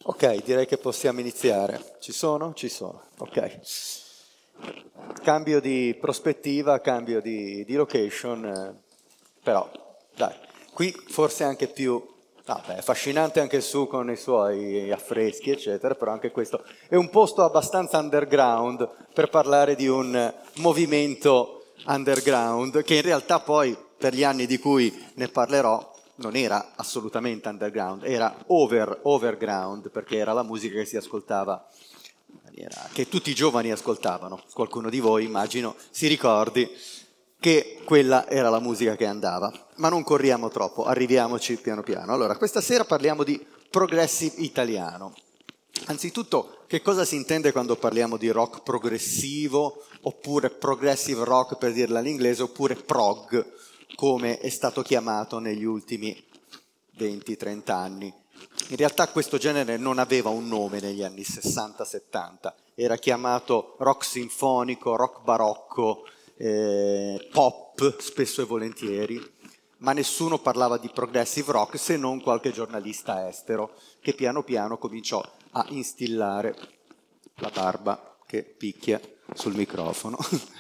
Ok, direi che possiamo iniziare. Ci sono? Ci sono. Ok. Cambio di prospettiva, cambio di location, però dai, qui forse anche più... è affascinante anche su con i suoi affreschi, eccetera, però anche questo è un posto abbastanza underground per parlare di un movimento underground che in realtà poi, per gli anni di cui ne parlerò, non era assolutamente underground, era overground, perché era la musica che si ascoltava, che tutti i giovani ascoltavano. Qualcuno di voi, immagino, si ricordi che quella era la musica che andava. Ma non corriamo troppo, arriviamoci piano piano. Allora, questa sera parliamo di progressive italiano. Anzitutto, che cosa si intende quando parliamo di rock progressivo, oppure progressive rock per dirla all'inglese, oppure prog, come è stato chiamato negli ultimi 20-30 anni. In realtà questo genere non aveva un nome negli anni 60-70, era chiamato rock sinfonico, rock barocco, pop spesso e volentieri, ma nessuno parlava di progressive rock se non qualche giornalista estero che piano piano cominciò a instillare la barba che picchia sul microfono.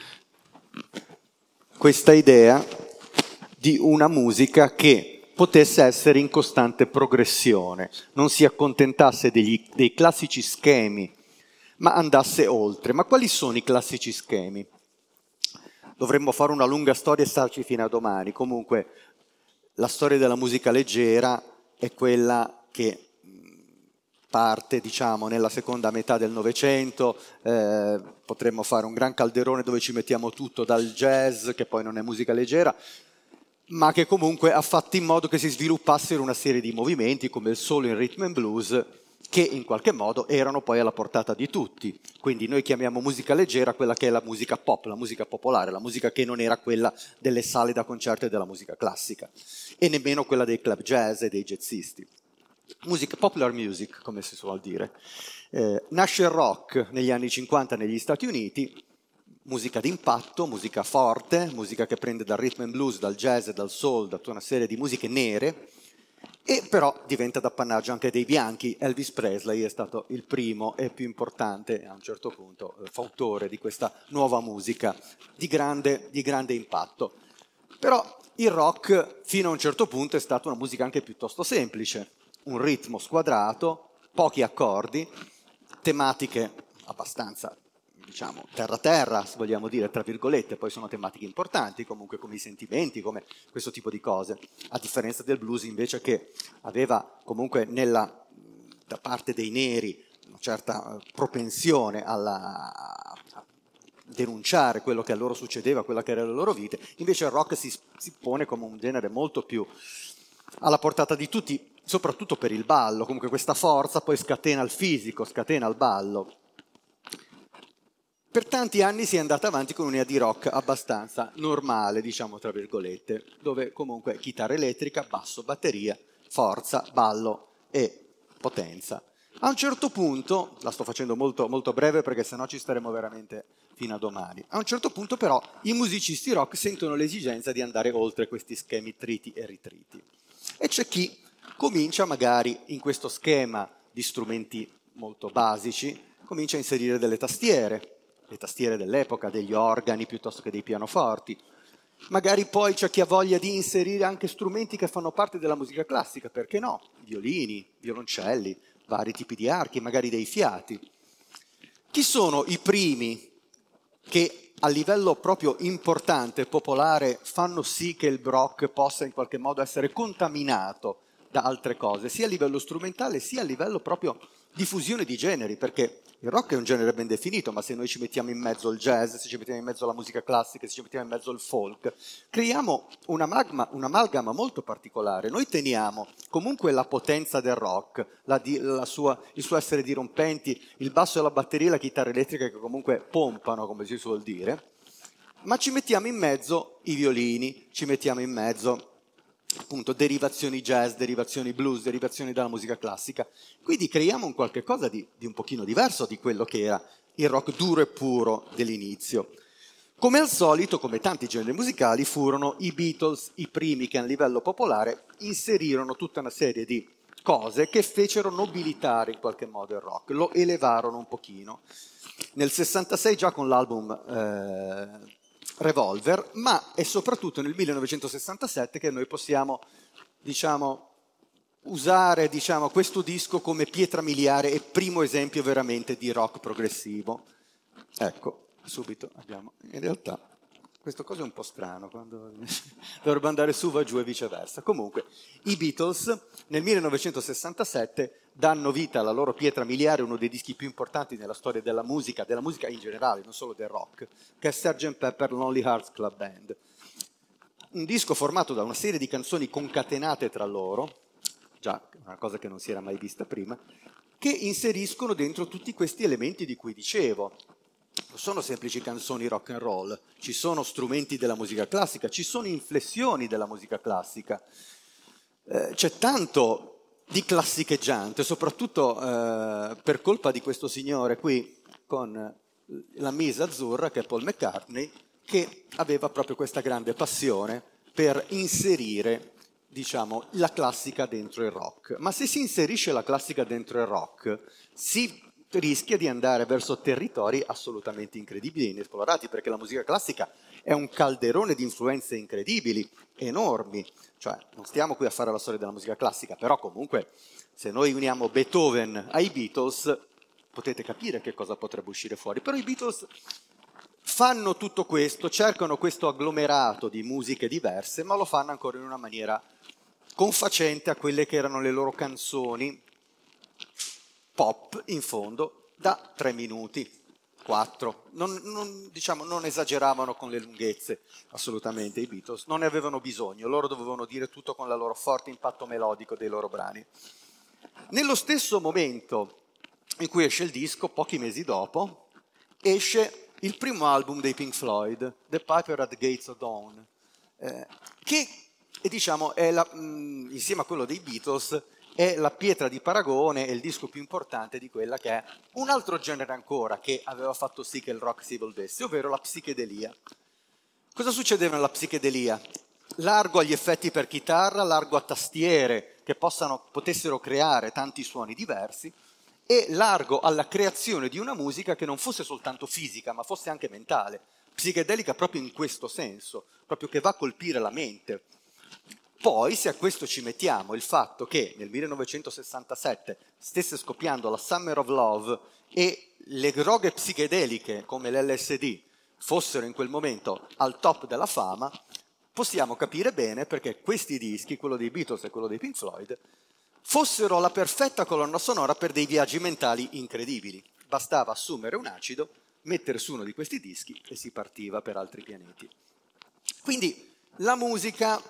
Questa idea di una musica che potesse essere in costante progressione, non si accontentasse dei classici schemi, ma andasse oltre. Ma quali sono i classici schemi? Dovremmo fare una lunga storia e starci fino a domani. Comunque, la storia della musica leggera è quella che parte, diciamo, nella seconda metà del Novecento, potremmo fare un gran calderone dove ci mettiamo tutto, dal jazz, che poi non è musica leggera, ma che comunque ha fatto in modo che si sviluppassero una serie di movimenti come il soul, il rhythm and blues, che in qualche modo erano poi alla portata di tutti. Quindi noi chiamiamo musica leggera quella che è la musica pop, la musica popolare, la musica che non era quella delle sale da concerto e della musica classica, e nemmeno quella dei club jazz e dei jazzisti. Popular music, come si suol dire. Nasce il rock negli anni 50 negli Stati Uniti, musica d'impatto, musica forte, musica che prende dal rhythm and blues, dal jazz, dal soul, da tutta una serie di musiche nere, e però diventa d'appannaggio anche dei bianchi. Elvis Presley è stato il primo e più importante, a un certo punto, fautore di questa nuova musica di grande impatto. Però il rock, fino a un certo punto, è stata una musica anche piuttosto semplice, un ritmo squadrato, pochi accordi, tematiche abbastanza, diciamo, terra-terra, se vogliamo dire, tra virgolette, poi sono tematiche importanti, comunque come i sentimenti, come questo tipo di cose, a differenza del blues invece che aveva comunque da parte dei neri una certa propensione a denunciare quello che a loro succedeva, quella che era la loro vita. Invece il rock si pone come un genere molto più alla portata di tutti, soprattutto per il ballo. Comunque questa forza poi scatena il fisico, scatena il ballo. Per tanti anni si è andata avanti con un'idea di rock abbastanza normale, diciamo tra virgolette, dove comunque chitarra elettrica, basso, batteria, forza, ballo e potenza. A un certo punto, la sto facendo molto, molto breve perché sennò ci staremo veramente fino a domani, a un certo punto però i musicisti rock sentono l'esigenza di andare oltre questi schemi triti e ritriti. E c'è chi comincia magari in questo schema di strumenti molto basici, comincia a inserire delle tastiere, le tastiere dell'epoca, degli organi piuttosto che dei pianoforti. Magari poi c'è chi ha voglia di inserire anche strumenti che fanno parte della musica classica, perché no? Violini, violoncelli, vari tipi di archi, magari dei fiati. Chi sono i primi che a livello proprio importante, popolare, fanno sì che il rock possa in qualche modo essere contaminato da altre cose, sia a livello strumentale sia a livello proprio di fusione di generi, perché il rock è un genere ben definito, ma se noi ci mettiamo in mezzo il jazz, se ci mettiamo in mezzo la musica classica, se ci mettiamo in mezzo il folk, creiamo un'amalgama molto particolare. Noi teniamo comunque la potenza del rock, il suo essere dirompenti, il basso e la batteria e la chitarra elettrica che comunque pompano, come si suol dire, ma ci mettiamo in mezzo i violini, ci mettiamo in mezzo appunto derivazioni jazz, derivazioni blues, derivazioni dalla musica classica. Quindi creiamo un qualche cosa di un pochino diverso di quello che era il rock duro e puro dell'inizio. Come al solito, come tanti generi musicali, furono i Beatles i primi che a livello popolare inserirono tutta una serie di cose che fecero nobilitare in qualche modo il rock, lo elevarono un pochino. Nel 66 già con l'album Revolver, ma è soprattutto nel 1967 che noi possiamo, diciamo, usare, diciamo, questo disco come pietra miliare e primo esempio veramente di rock progressivo. Ecco, subito abbiamo, in realtà, questa cosa è un po' strano, quando dovrebbe andare su, va giù e viceversa. Comunque, i Beatles nel 1967 danno vita alla loro pietra miliare, uno dei dischi più importanti nella storia della musica in generale, non solo del rock, che è Sgt. Pepper Lonely Hearts Club Band. Un disco formato da una serie di canzoni concatenate tra loro, già una cosa che non si era mai vista prima, che inseriscono dentro tutti questi elementi di cui dicevo. Non sono semplici canzoni rock and roll, ci sono strumenti della musica classica, ci sono inflessioni della musica classica, c'è tanto di classicheggiante, soprattutto per colpa di questo signore qui con la mise azzurra, che è Paul McCartney, che aveva proprio questa grande passione per inserire, diciamo, la classica dentro il rock. Ma se si inserisce la classica dentro il rock, si rischia di andare verso territori assolutamente incredibili e inesplorati, perché la musica classica è un calderone di influenze incredibili, enormi. Cioè, non stiamo qui a fare la storia della musica classica, però comunque se noi uniamo Beethoven ai Beatles potete capire che cosa potrebbe uscire fuori. Però i Beatles fanno tutto questo, cercano questo agglomerato di musiche diverse, ma lo fanno ancora in una maniera confacente a quelle che erano le loro canzoni pop, in fondo, da 3 minuti, 4. Non esageravano con le lunghezze, assolutamente, i Beatles. Non ne avevano bisogno, loro dovevano dire tutto con il loro forte impatto melodico dei loro brani. Nello stesso momento in cui esce il disco, pochi mesi dopo, esce il primo album dei Pink Floyd, The Piper at the Gates of Dawn, che diciamo, è insieme a quello dei Beatles, è la pietra di paragone, è il disco più importante di quella che è un altro genere ancora che aveva fatto sì che il rock si evolvesse, ovvero la psichedelia. Cosa succedeva nella psichedelia? Largo agli effetti per chitarra, largo a tastiere che potessero creare tanti suoni diversi, e largo alla creazione di una musica che non fosse soltanto fisica, ma fosse anche mentale, psichedelica proprio in questo senso, proprio che va a colpire la mente. Poi, se a questo ci mettiamo il fatto che nel 1967 stesse scoppiando la Summer of Love e le droghe psichedeliche come l'LSD fossero in quel momento al top della fama, possiamo capire bene perché questi dischi, quello dei Beatles e quello dei Pink Floyd, fossero la perfetta colonna sonora per dei viaggi mentali incredibili. Bastava assumere un acido, mettere su uno di questi dischi e si partiva per altri pianeti. Quindi la musica,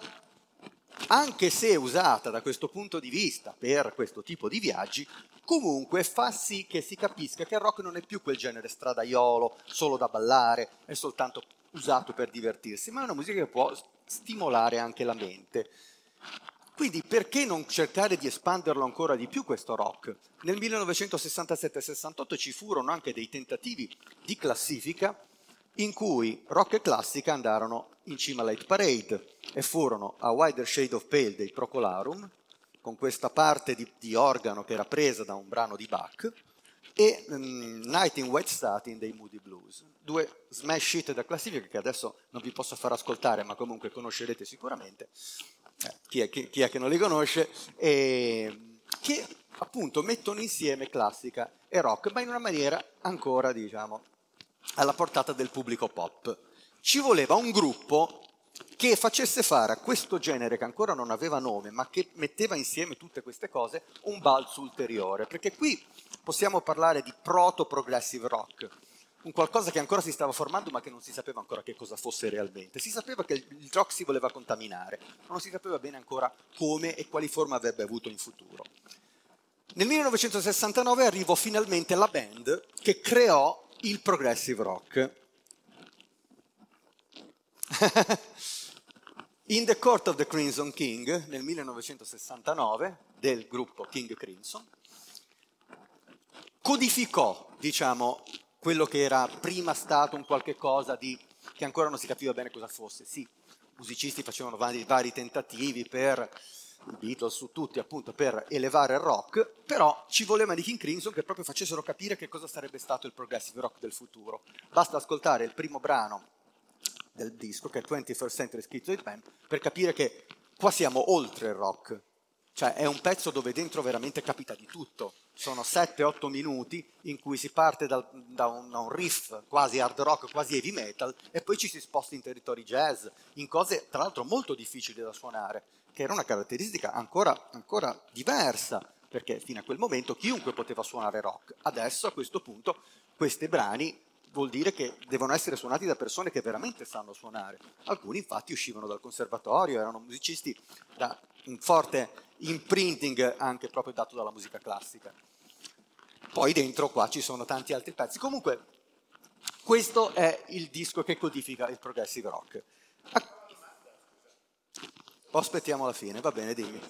anche se usata da questo punto di vista per questo tipo di viaggi, comunque fa sì che si capisca che il rock non è più quel genere stradaiolo, solo da ballare, è soltanto usato per divertirsi, ma è una musica che può stimolare anche la mente. Quindi perché non cercare di espanderlo ancora di più questo rock? Nel 1967-68 ci furono anche dei tentativi di classifica in cui rock e classica andarono in cima all'Hit Parade e furono A Wider Shade of Pale dei Procolarum, con questa parte di organo che era presa da un brano di Bach, e Night in White Satin dei Moody Blues, 2 smash hit da classifica che adesso non vi posso far ascoltare, ma comunque conoscerete sicuramente, chi è che non li conosce, che appunto mettono insieme classica e rock, ma in una maniera ancora, diciamo, alla portata del pubblico pop. Ci voleva un gruppo che facesse fare a questo genere che ancora non aveva nome, ma che metteva insieme tutte queste cose, un balzo ulteriore, perché qui possiamo parlare di proto-progressive rock, un qualcosa che ancora si stava formando ma che non si sapeva ancora che cosa fosse realmente. Si sapeva che il rock si voleva contaminare, ma non si sapeva bene ancora come e quali forme avrebbe avuto in futuro. Nel 1969 arrivò finalmente la band che creò il progressive rock. In the Court of the Crimson King, nel 1969, del gruppo King Crimson, codificò, diciamo, quello che era prima stato un qualche cosa che ancora non si capiva bene cosa fosse. Sì, musicisti facevano vari tentativi per i Beatles, su tutti appunto per elevare il rock, però ci volevano i King Crimson che proprio facessero capire che cosa sarebbe stato il progressive rock del futuro. Basta ascoltare il primo brano del disco, che è 21st Century Schizoid Band, per capire che qua siamo oltre il rock. Cioè è un pezzo dove dentro veramente capita di tutto. Sono 7-8 minuti in cui si parte da un riff quasi hard rock, quasi heavy metal, e poi ci si sposta in territori jazz, in cose tra l'altro molto difficili da suonare, che era una caratteristica ancora diversa, perché fino a quel momento chiunque poteva suonare rock. Adesso a questo punto questi brani vuol dire che devono essere suonati da persone che veramente sanno suonare. Alcuni infatti uscivano dal conservatorio, erano musicisti da un forte imprinting anche proprio dato dalla musica classica. Poi dentro qua ci sono tanti altri pezzi. Comunque questo è il disco che codifica il progressive rock. Aspettiamo la fine, va bene, dimmi.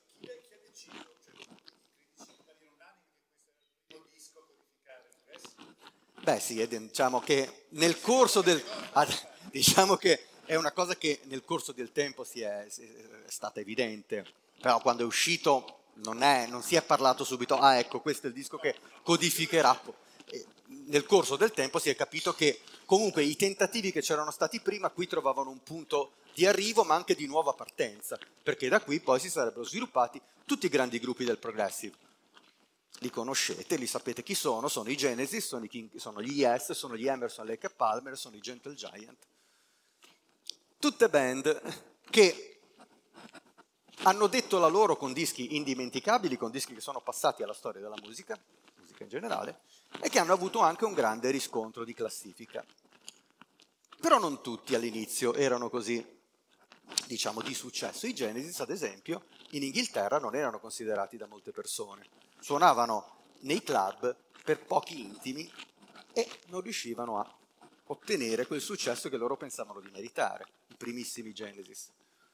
Beh sì, diciamo che nel corso del... diciamo che è una cosa che nel corso del tempo è stata evidente, però quando è uscito non si è parlato subito, ah ecco, questo è il disco che codificherà. E nel corso del tempo si è capito che comunque i tentativi che c'erano stati prima qui trovavano un punto di arrivo ma anche di nuova partenza, perché da qui poi si sarebbero sviluppati tutti i grandi gruppi del progressive. Li conoscete, li sapete chi sono i Genesis, sono gli Yes, sono gli Emerson, Lake e Palmer, sono i Gentle Giant. Tutte band che hanno detto la loro con dischi indimenticabili, con dischi che sono passati alla storia della musica in generale, e che hanno avuto anche un grande riscontro di classifica. Però non tutti all'inizio erano così, diciamo, di successo. I Genesis, ad esempio, in Inghilterra non erano considerati da molte persone. Suonavano nei club per pochi intimi e non riuscivano a ottenere quel successo che loro pensavano di meritare, i primissimi Genesis.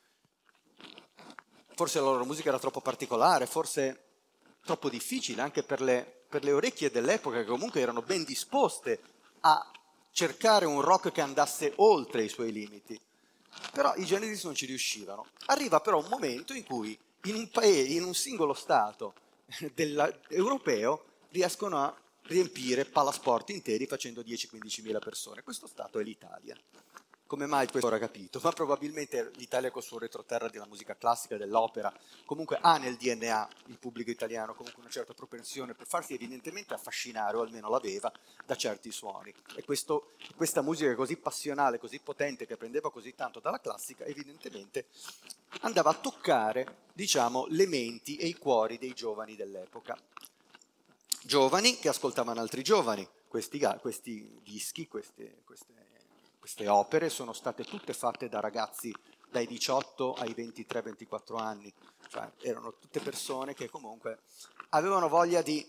Forse la loro musica era troppo particolare, forse troppo difficile anche per le orecchie dell'epoca, che comunque erano ben disposte a cercare un rock che andasse oltre i suoi limiti. Però i Genesis non ci riuscivano. Arriva però un momento in cui in un singolo stato europeo riescono a riempire palasport interi facendo 10-15 mila persone. Questo stato è l'Italia. Come mai questo ora capito? Ma probabilmente l'Italia col suo retroterra della musica classica, dell'opera, comunque ha nel DNA il pubblico italiano comunque una certa propensione per farsi evidentemente affascinare, o almeno l'aveva, da certi suoni. E questa musica così passionale, così potente, che prendeva così tanto dalla classica, evidentemente andava a toccare, diciamo, le menti e i cuori dei giovani dell'epoca. Giovani che ascoltavano altri giovani. Questi dischi, queste opere sono state tutte fatte da ragazzi dai 18 ai 23-24 anni, cioè erano tutte persone che comunque avevano voglia di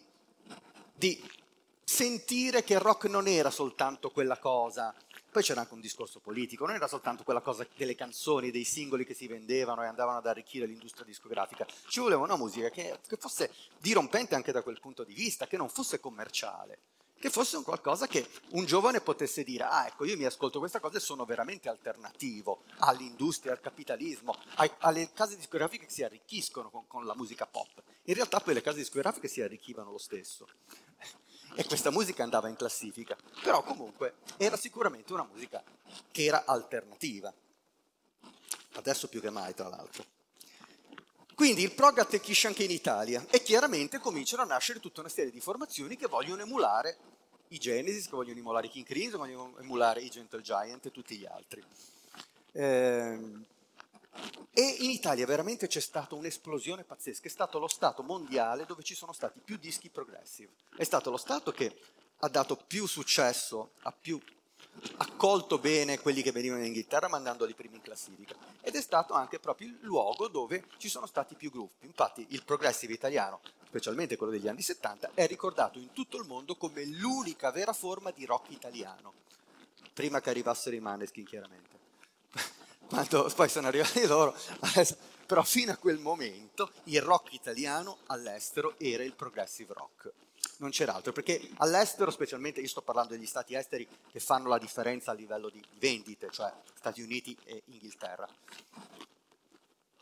sentire che il rock non era soltanto quella cosa, poi c'era anche un discorso politico, non era soltanto quella cosa delle canzoni, dei singoli che si vendevano e andavano ad arricchire l'industria discografica, ci voleva una musica che fosse dirompente anche da quel punto di vista, che non fosse commerciale, che fosse un qualcosa che un giovane potesse dire, ah ecco, io mi ascolto questa cosa e sono veramente alternativo all'industria, al capitalismo, alle case discografiche che si arricchiscono con la musica pop. In realtà poi le case discografiche si arricchivano lo stesso e questa musica andava in classifica, però comunque era sicuramente una musica che era alternativa, adesso più che mai tra l'altro. Quindi il prog attecchisce anche in Italia e chiaramente cominciano a nascere tutta una serie di formazioni che vogliono emulare i Genesis, che vogliono emulare i King Crimson, che vogliono emulare i Gentle Giant e tutti gli altri. E in Italia veramente c'è stata un'esplosione pazzesca, è stato lo Stato mondiale dove ci sono stati più dischi progressive, è stato lo Stato che ha dato più successo, ha più accolto bene quelli che venivano in Inghilterra mandandoli primi in classifica ed è stato anche proprio il luogo dove ci sono stati più gruppi. Infatti il progressive italiano, specialmente quello degli anni 70, è ricordato in tutto il mondo come l'unica vera forma di rock italiano, prima che arrivassero i Maneskin chiaramente. Quando poi sono arrivati loro, però fino a quel momento il rock italiano all'estero era il progressive rock. Non c'era altro, perché all'estero, specialmente, io sto parlando degli stati esteri che fanno la differenza a livello di vendite, cioè Stati Uniti e Inghilterra.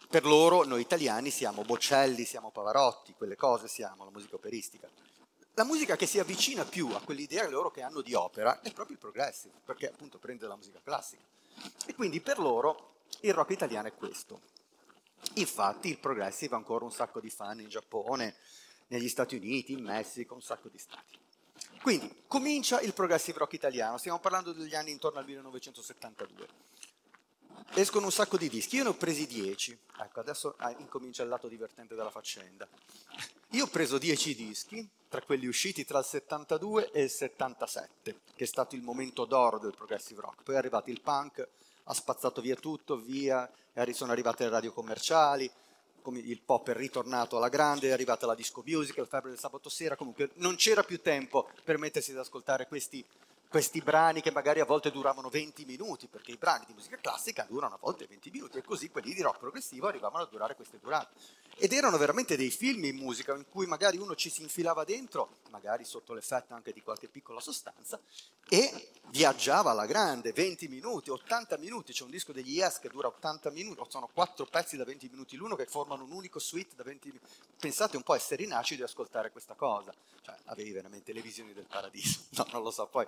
Per loro, noi italiani, siamo Bocelli, siamo Pavarotti, quelle cose siamo, la musica operistica. La musica che si avvicina più a quell'idea loro che hanno di opera è proprio il progressive, perché appunto prende la musica classica. E quindi per loro il rock italiano è questo. Infatti il progressive ha ancora un sacco di fan in Giappone, negli Stati Uniti, in Messico, un sacco di stati. Quindi comincia il progressive rock italiano, stiamo parlando degli anni intorno al 1972. Escono un sacco di dischi, io ne ho presi 10, ecco adesso incomincia il lato divertente della faccenda. Io ho preso 10 dischi, tra quelli usciti tra il 72 e il 77, che è stato il momento d'oro del progressive rock, poi è arrivato il punk, ha spazzato via tutto, sono arrivate le radio commerciali, il pop è ritornato alla grande, è arrivata la disco music, la febbre del sabato sera, comunque non c'era più tempo per mettersi ad ascoltare questi brani che magari a volte duravano 20 minuti, perché i brani di musica classica durano a volte 20 minuti e così quelli di rock progressivo arrivavano a durare queste durate. Ed erano veramente dei film in musica in cui magari uno ci si infilava dentro, magari sotto l'effetto anche di qualche piccola sostanza, e viaggiava alla grande, 20 minuti, 80 minuti, c'è un disco degli Yes che dura 80 minuti, sono 4 pezzi da 20 minuti l'uno che formano un unico suite da 20 minuti. Pensate un po' a essere in acido e ascoltare questa cosa, cioè avevi veramente le visioni del paradiso, no, non lo so, poi.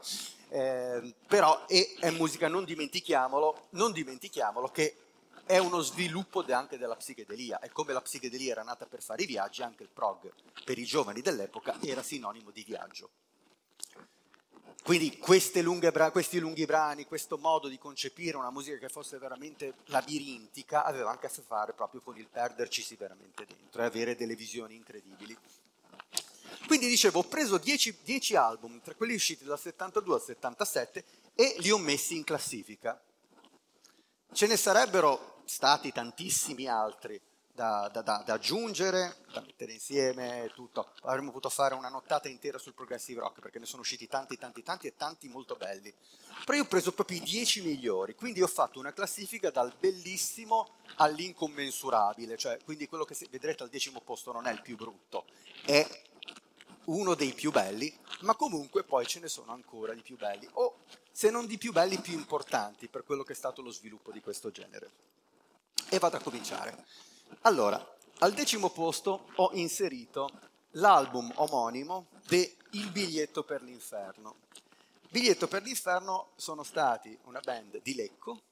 Però è musica, non dimentichiamolo che è uno sviluppo anche della psichedelia, e come la psichedelia era nata per fare i viaggi, anche il prog per i giovani dell'epoca era sinonimo di viaggio. Quindi questi lunghi brani, questo modo di concepire una musica che fosse veramente labirintica aveva anche a che fare proprio con il perdercisi veramente dentro e avere delle visioni incredibili. Quindi dicevo, ho preso 10 album, tra quelli usciti dal 72 al 77, e li ho messi in classifica. Ce ne sarebbero stati tantissimi altri da aggiungere, da mettere insieme, tutto. Avremmo potuto fare una nottata intera sul progressive rock, perché ne sono usciti tanti e tanti molto belli. Però io ho preso proprio i 10 migliori, quindi ho fatto una classifica dal bellissimo all'incommensurabile, cioè quindi quello che vedrete al 10° posto non è il più brutto, è uno dei più belli, ma comunque poi ce ne sono ancora di più belli, o se non di più belli, più importanti per quello che è stato lo sviluppo di questo genere. E vado a cominciare. Allora, al 10° posto ho inserito l'album omonimo de Il biglietto per l'inferno. Biglietto per l'inferno sono stati una band di Lecco,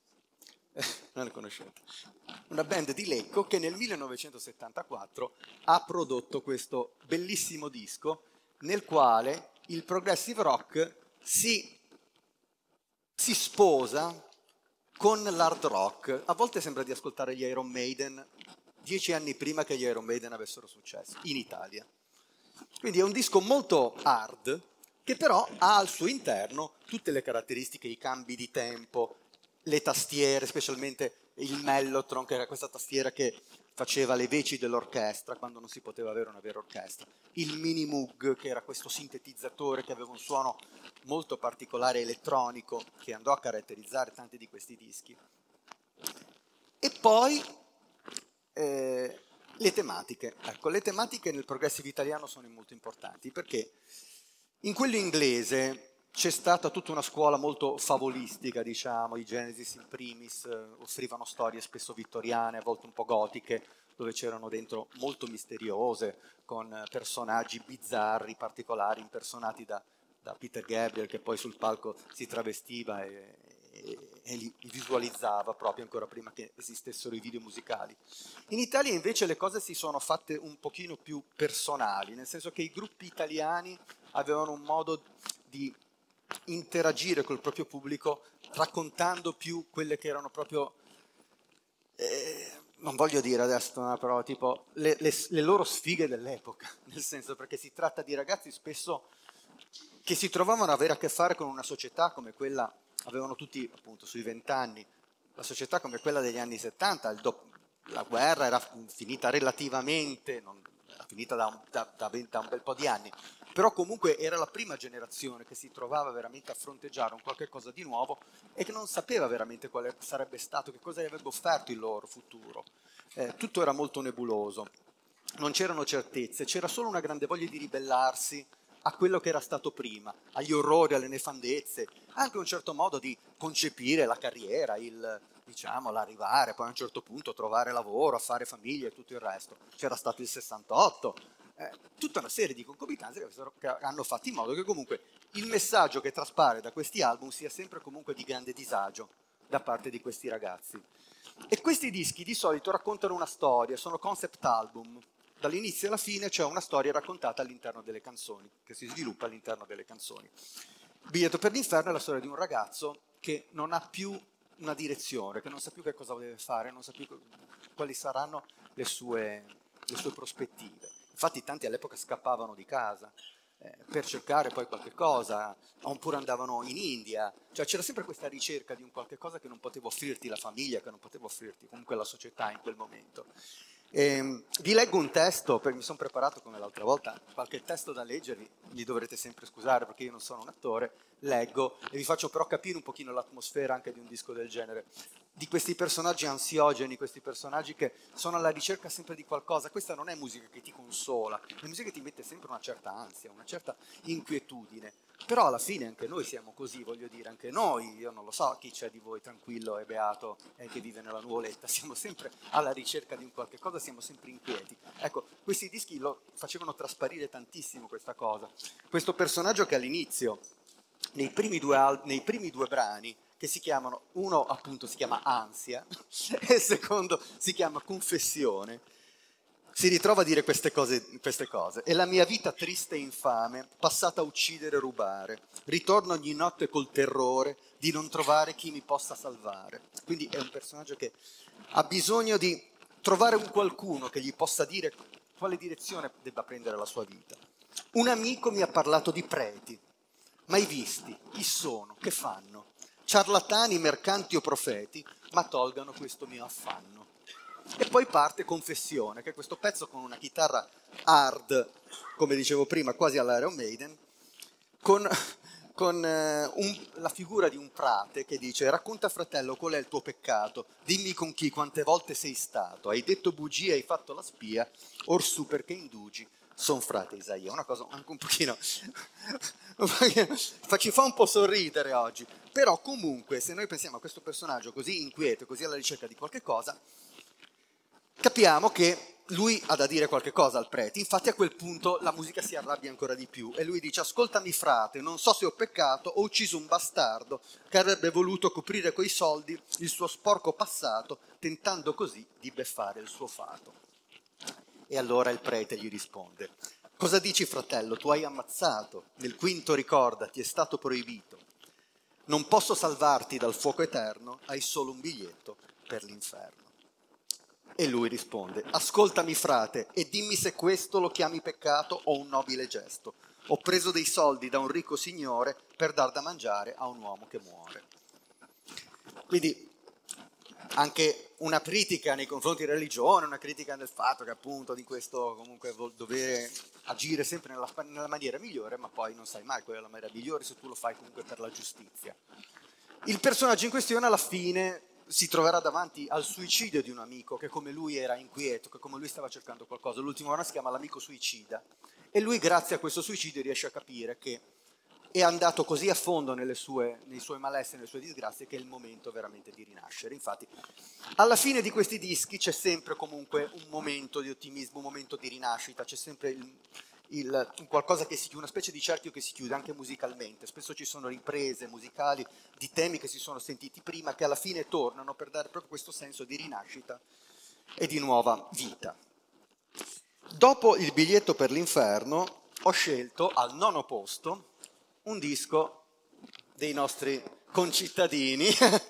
non le conoscete, una band di Lecco che nel 1974 ha prodotto questo bellissimo disco nel quale il progressive rock si sposa con l'hard rock. A volte sembra di ascoltare gli Iron Maiden 10 anni prima che gli Iron Maiden avessero successo in Italia. Quindi è un disco molto hard che però ha al suo interno tutte le caratteristiche, i cambi di tempo, le tastiere, specialmente il mellotron, che era questa tastiera che faceva le veci dell'orchestra quando non si poteva avere una vera orchestra, il Mini Moog, che era questo sintetizzatore che aveva un suono molto particolare elettronico che andò a caratterizzare tanti di questi dischi. E poi le tematiche. Ecco, le tematiche nel progressive italiano sono molto importanti perché in quello inglese c'è stata tutta una scuola molto favolistica, diciamo, i Genesis in primis offrivano storie spesso vittoriane, a volte un po' gotiche, dove c'erano dentro molto misteriose, con personaggi bizzarri, particolari, impersonati da Peter Gabriel, che poi sul palco si travestiva e li visualizzava proprio ancora prima che esistessero i video musicali. In Italia invece le cose si sono fatte un pochino più personali, nel senso che i gruppi italiani avevano un modo di interagire col proprio pubblico raccontando più quelle che erano proprio, non voglio dire adesso, però tipo le loro sfighe dell'epoca, nel senso perché si tratta di ragazzi spesso che si trovavano ad avere a che fare con una società come quella, avevano tutti appunto sui 20 anni, la società come quella degli anni 70, la guerra era finita relativamente, era finita da un bel po' di anni, però comunque era la prima generazione che si trovava veramente a fronteggiare un qualche cosa di nuovo e che non sapeva veramente quale sarebbe stato, che cosa gli avrebbe offerto il loro futuro. Tutto era molto nebuloso, non c'erano certezze, c'era solo una grande voglia di ribellarsi a quello che era stato prima, agli orrori, alle nefandezze, anche un certo modo di concepire la carriera, diciamo, l'arrivare, poi a un certo punto trovare lavoro, fare famiglia e tutto il resto. C'era stato il 68, tutta una serie di concomitanze che hanno fatto in modo che comunque il messaggio che traspare da questi album sia sempre comunque di grande disagio da parte di questi ragazzi. E questi dischi di solito raccontano una storia, sono concept album. Dall'inizio alla fine c'è una storia raccontata all'interno delle canzoni, che si sviluppa all'interno delle canzoni. Biglietto per l'inferno è la storia di un ragazzo che non ha più una direzione, che non sa più che cosa deve fare, non sa più quali saranno le sue prospettive. Infatti tanti all'epoca scappavano di casa per cercare poi qualche cosa, oppure andavano in India, cioè c'era sempre questa ricerca di un qualche cosa che non poteva offrirti la famiglia, che non poteva offrirti comunque la società in quel momento. Vi leggo un testo, mi sono preparato come l'altra volta, qualche testo da leggervi, mi dovrete sempre scusare perché io non sono un attore, leggo e vi faccio però capire un pochino l'atmosfera anche di un disco del genere, di questi personaggi ansiogeni, questi personaggi che sono alla ricerca sempre di qualcosa. Questa non è musica che ti consola, è musica che ti mette sempre una certa ansia, una certa inquietudine. Però alla fine anche noi siamo così, voglio dire, anche noi, io non lo so chi c'è di voi tranquillo e beato e che vive nella nuvoletta, siamo sempre alla ricerca di un qualche cosa, siamo sempre inquieti. Ecco, questi dischi lo facevano trasparire tantissimo questa cosa. Questo personaggio che all'inizio, nei primi due brani, che si chiamano, uno appunto si chiama Ansia e il secondo si chiama Confessione, si ritrova a dire queste cose. È la mia vita triste e infame, passata a uccidere e rubare. Ritorno ogni notte col terrore di non trovare chi mi possa salvare. Quindi è un personaggio che ha bisogno di trovare un qualcuno che gli possa dire quale direzione debba prendere la sua vita. Un amico mi ha parlato di preti. Mai visti? Chi sono? Che fanno? Ciarlatani, mercanti o profeti, ma tolgano questo mio affanno. E poi parte Confessione, che è questo pezzo con una chitarra hard, come dicevo prima, quasi all'Iron Maiden, con la figura di un frate che dice: racconta fratello qual è il tuo peccato, dimmi con chi, quante volte sei stato, hai detto bugie, hai fatto la spia, orsù perché indugi, son frate Isaia. Una cosa anche un pochino ci fa un po' sorridere oggi, però comunque se noi pensiamo a questo personaggio così inquieto, così alla ricerca di qualche cosa, capiamo che lui ha da dire qualche cosa al prete. Infatti a quel punto la musica si arrabbia ancora di più e lui dice: ascoltami frate, non so se ho peccato, ho ucciso un bastardo che avrebbe voluto coprire coi soldi il suo sporco passato, tentando così di beffare il suo fato. E allora il prete gli risponde: cosa dici fratello, tu hai ammazzato, nel quinto ricorda, ti è stato proibito. Non posso salvarti dal fuoco eterno, hai solo un biglietto per l'inferno. E lui risponde: ascoltami frate e dimmi se questo lo chiami peccato o un nobile gesto. Ho preso dei soldi da un ricco signore per dar da mangiare a un uomo che muore. Quindi anche una critica nei confronti della religione, una critica del fatto che appunto di questo comunque dovere agire sempre nella maniera migliore, ma poi non sai mai qual è la maniera migliore se tu lo fai comunque per la giustizia. Il personaggio in questione alla fine si troverà davanti al suicidio di un amico che come lui era inquieto, che come lui stava cercando qualcosa. L'ultimo anno si chiama L'amico suicida e lui grazie a questo suicidio riesce a capire che è andato così a fondo nei suoi malesseri, nelle sue disgrazie, che è il momento veramente di rinascere. Infatti alla fine di questi dischi c'è sempre comunque un momento di ottimismo, un momento di rinascita, c'è sempre qualcosa che si chiude, una specie di cerchio che si chiude anche musicalmente. Spesso ci sono riprese musicali di temi che si sono sentiti prima che alla fine tornano per dare proprio questo senso di rinascita e di nuova vita. Dopo Il biglietto per l'inferno ho scelto al 9° posto un disco dei nostri concittadini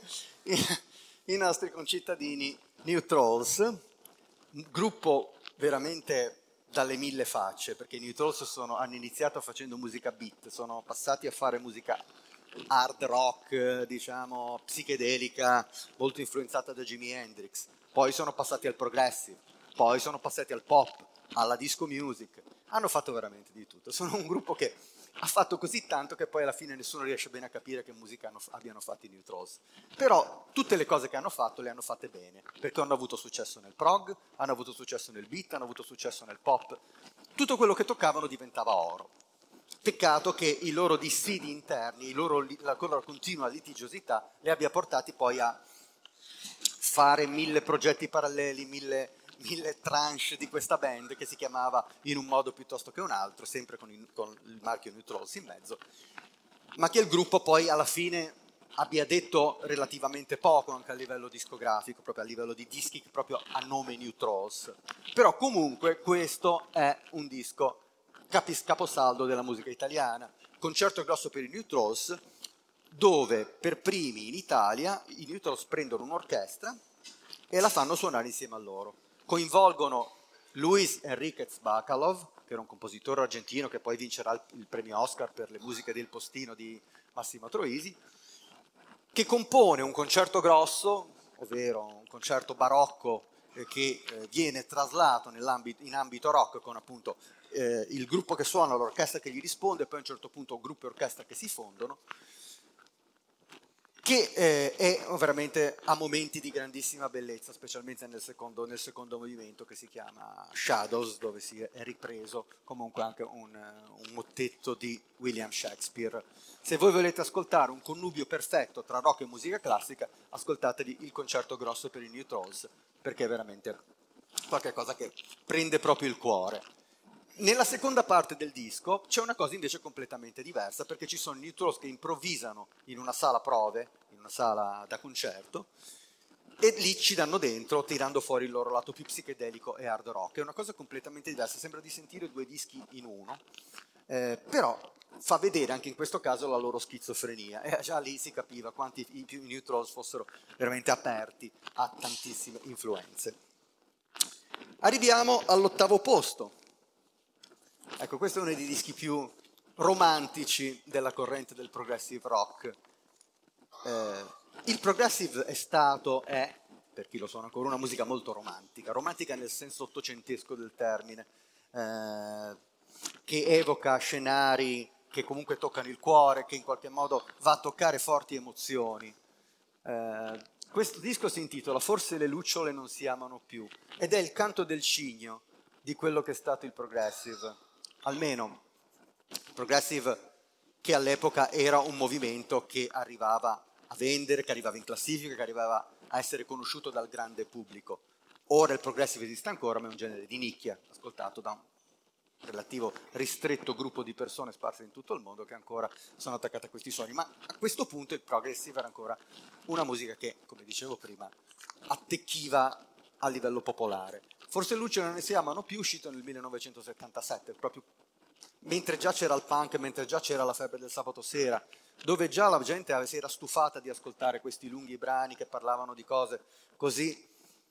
i nostri concittadini New Trolls, un gruppo veramente dalle 1000 facce, perché i New Trolls hanno iniziato facendo musica beat, sono passati a fare musica hard rock, diciamo psichedelica, molto influenzata da Jimi Hendrix, poi sono passati al progressive, poi sono passati al pop, alla disco music, hanno fatto veramente di tutto, sono un gruppo che ha fatto così tanto che poi alla fine nessuno riesce bene a capire che musica abbiano fatto i New Trolls. Però tutte le cose che hanno fatto le hanno fatte bene, perché hanno avuto successo nel prog, hanno avuto successo nel beat, hanno avuto successo nel pop. Tutto quello che toccavano diventava oro. Peccato che i loro dissidi interni, la loro continua litigiosità li abbia portati poi a fare 1000 progetti paralleli, 1000 tranche di questa band che si chiamava in un modo piuttosto che un altro, sempre con il marchio New Trolls in mezzo, ma che il gruppo poi alla fine abbia detto relativamente poco anche a livello discografico, proprio a livello di dischi proprio a nome New Trolls. Però comunque questo è un disco caposaldo della musica italiana, concerto grosso per i New Trolls, dove per primi in Italia i New Trolls prendono un'orchestra e la fanno suonare insieme a loro. Coinvolgono Luis Enriquez Bacalov, che era un compositore argentino che poi vincerà il premio Oscar per le musiche del Postino di Massimo Troisi, che compone un concerto grosso, ovvero un concerto barocco che viene traslato in ambito rock con appunto il gruppo che suona, l'orchestra che gli risponde, e poi a un certo punto gruppo e orchestra che si fondono, che è veramente a momenti di grandissima bellezza, specialmente nel secondo movimento che si chiama Shadows, dove si è ripreso comunque anche un mottetto di William Shakespeare. Se voi volete ascoltare un connubio perfetto tra rock e musica classica, ascoltatevi il concerto grosso per i New Trolls, perché è veramente qualcosa che prende proprio il cuore. Nella seconda parte del disco c'è una cosa invece completamente diversa, perché ci sono New Trolls che improvvisano in una sala prove, in una sala da concerto, e lì ci danno dentro, tirando fuori il loro lato più psichedelico e hard rock. È una cosa completamente diversa, sembra di sentire due dischi in uno, però fa vedere anche in questo caso la loro schizofrenia, e già lì si capiva quanti i New Trolls fossero veramente aperti a tantissime influenze. Arriviamo all'8° posto. Ecco, questo è uno dei dischi più romantici della corrente del progressive rock. Il progressive è, per chi lo suona ancora, una musica molto romantica nel senso ottocentesco del termine, che evoca scenari che comunque toccano il cuore, che in qualche modo va a toccare forti emozioni. Questo disco si intitola Forse le lucciole non si amano più, ed è il canto del cigno di quello che è stato il progressive. Almeno progressive, che all'epoca era un movimento che arrivava a vendere, che arrivava in classifica, che arrivava a essere conosciuto dal grande pubblico. Ora il progressive esiste ancora, ma è un genere di nicchia, ascoltato da un relativo ristretto gruppo di persone sparse in tutto il mondo che ancora sono attaccate a questi suoni. Ma a questo punto il progressive era ancora una musica che, come dicevo prima, attecchiva a livello popolare. Forse Luce non ne si amano più, uscito nel 1977, proprio mentre già c'era il punk, mentre già c'era la febbre del sabato sera, dove già la gente si era stufata di ascoltare questi lunghi brani che parlavano di cose così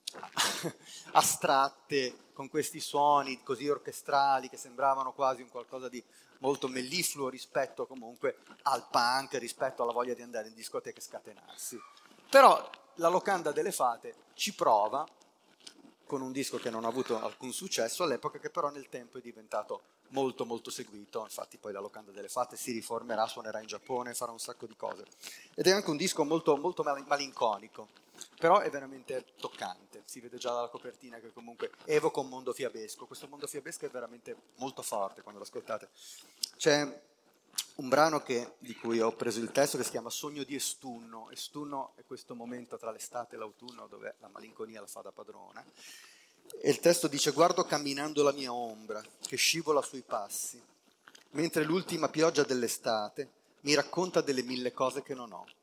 astratte, con questi suoni così orchestrali che sembravano quasi un qualcosa di molto mellifluo rispetto comunque al punk, rispetto alla voglia di andare in discoteca e scatenarsi. Però la Locanda delle Fate ci prova con un disco che non ha avuto alcun successo all'epoca, che però nel tempo è diventato molto molto seguito. Infatti poi la Locanda delle Fate si riformerà, suonerà in Giappone, farà un sacco di cose, ed è anche un disco molto, molto malinconico, però è veramente toccante. Si vede già dalla copertina che comunque evoca un mondo fiabesco. Questo mondo fiabesco è veramente molto forte quando lo ascoltate. C'è un brano di cui ho preso il testo, che si chiama Sogno di Estunno. Estunno è questo momento tra l'estate e l'autunno dove la malinconia la fa da padrona. E il testo dice: guardo camminando la mia ombra che scivola sui passi, mentre l'ultima pioggia dell'estate mi racconta delle 1000 cose che non ho.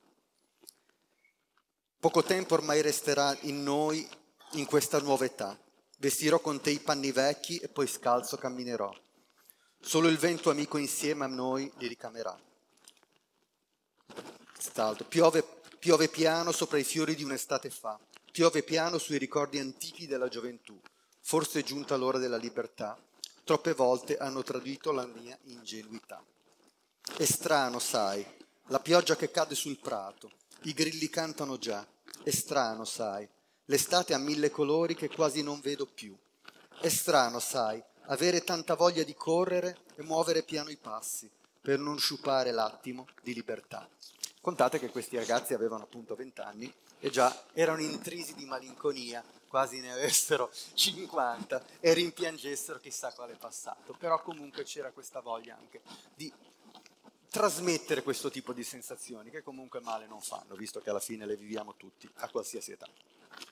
Poco tempo ormai resterà in noi, in questa nuova età. Vestirò con te i panni vecchi e poi scalzo camminerò. Solo il vento amico insieme a noi li ricamerà. Quest'altro. Piove piano sopra i fiori di un'estate fa. Piove piano sui ricordi antichi della gioventù. Forse è giunta l'ora della libertà. Troppe volte hanno tradito la mia ingenuità. È strano, sai, la pioggia che cade sul prato. I grilli cantano già. È strano, sai, l'estate ha 1000 colori che quasi non vedo più. È strano, sai, avere tanta voglia di correre e muovere piano i passi per non sciupare l'attimo di libertà. Contate che questi ragazzi avevano appunto 20 anni e già erano intrisi di malinconia, quasi ne avessero 50 e rimpiangessero chissà quale passato. Però comunque c'era questa voglia anche di trasmettere questo tipo di sensazioni, che comunque male non fanno, visto che alla fine le viviamo tutti, a qualsiasi età.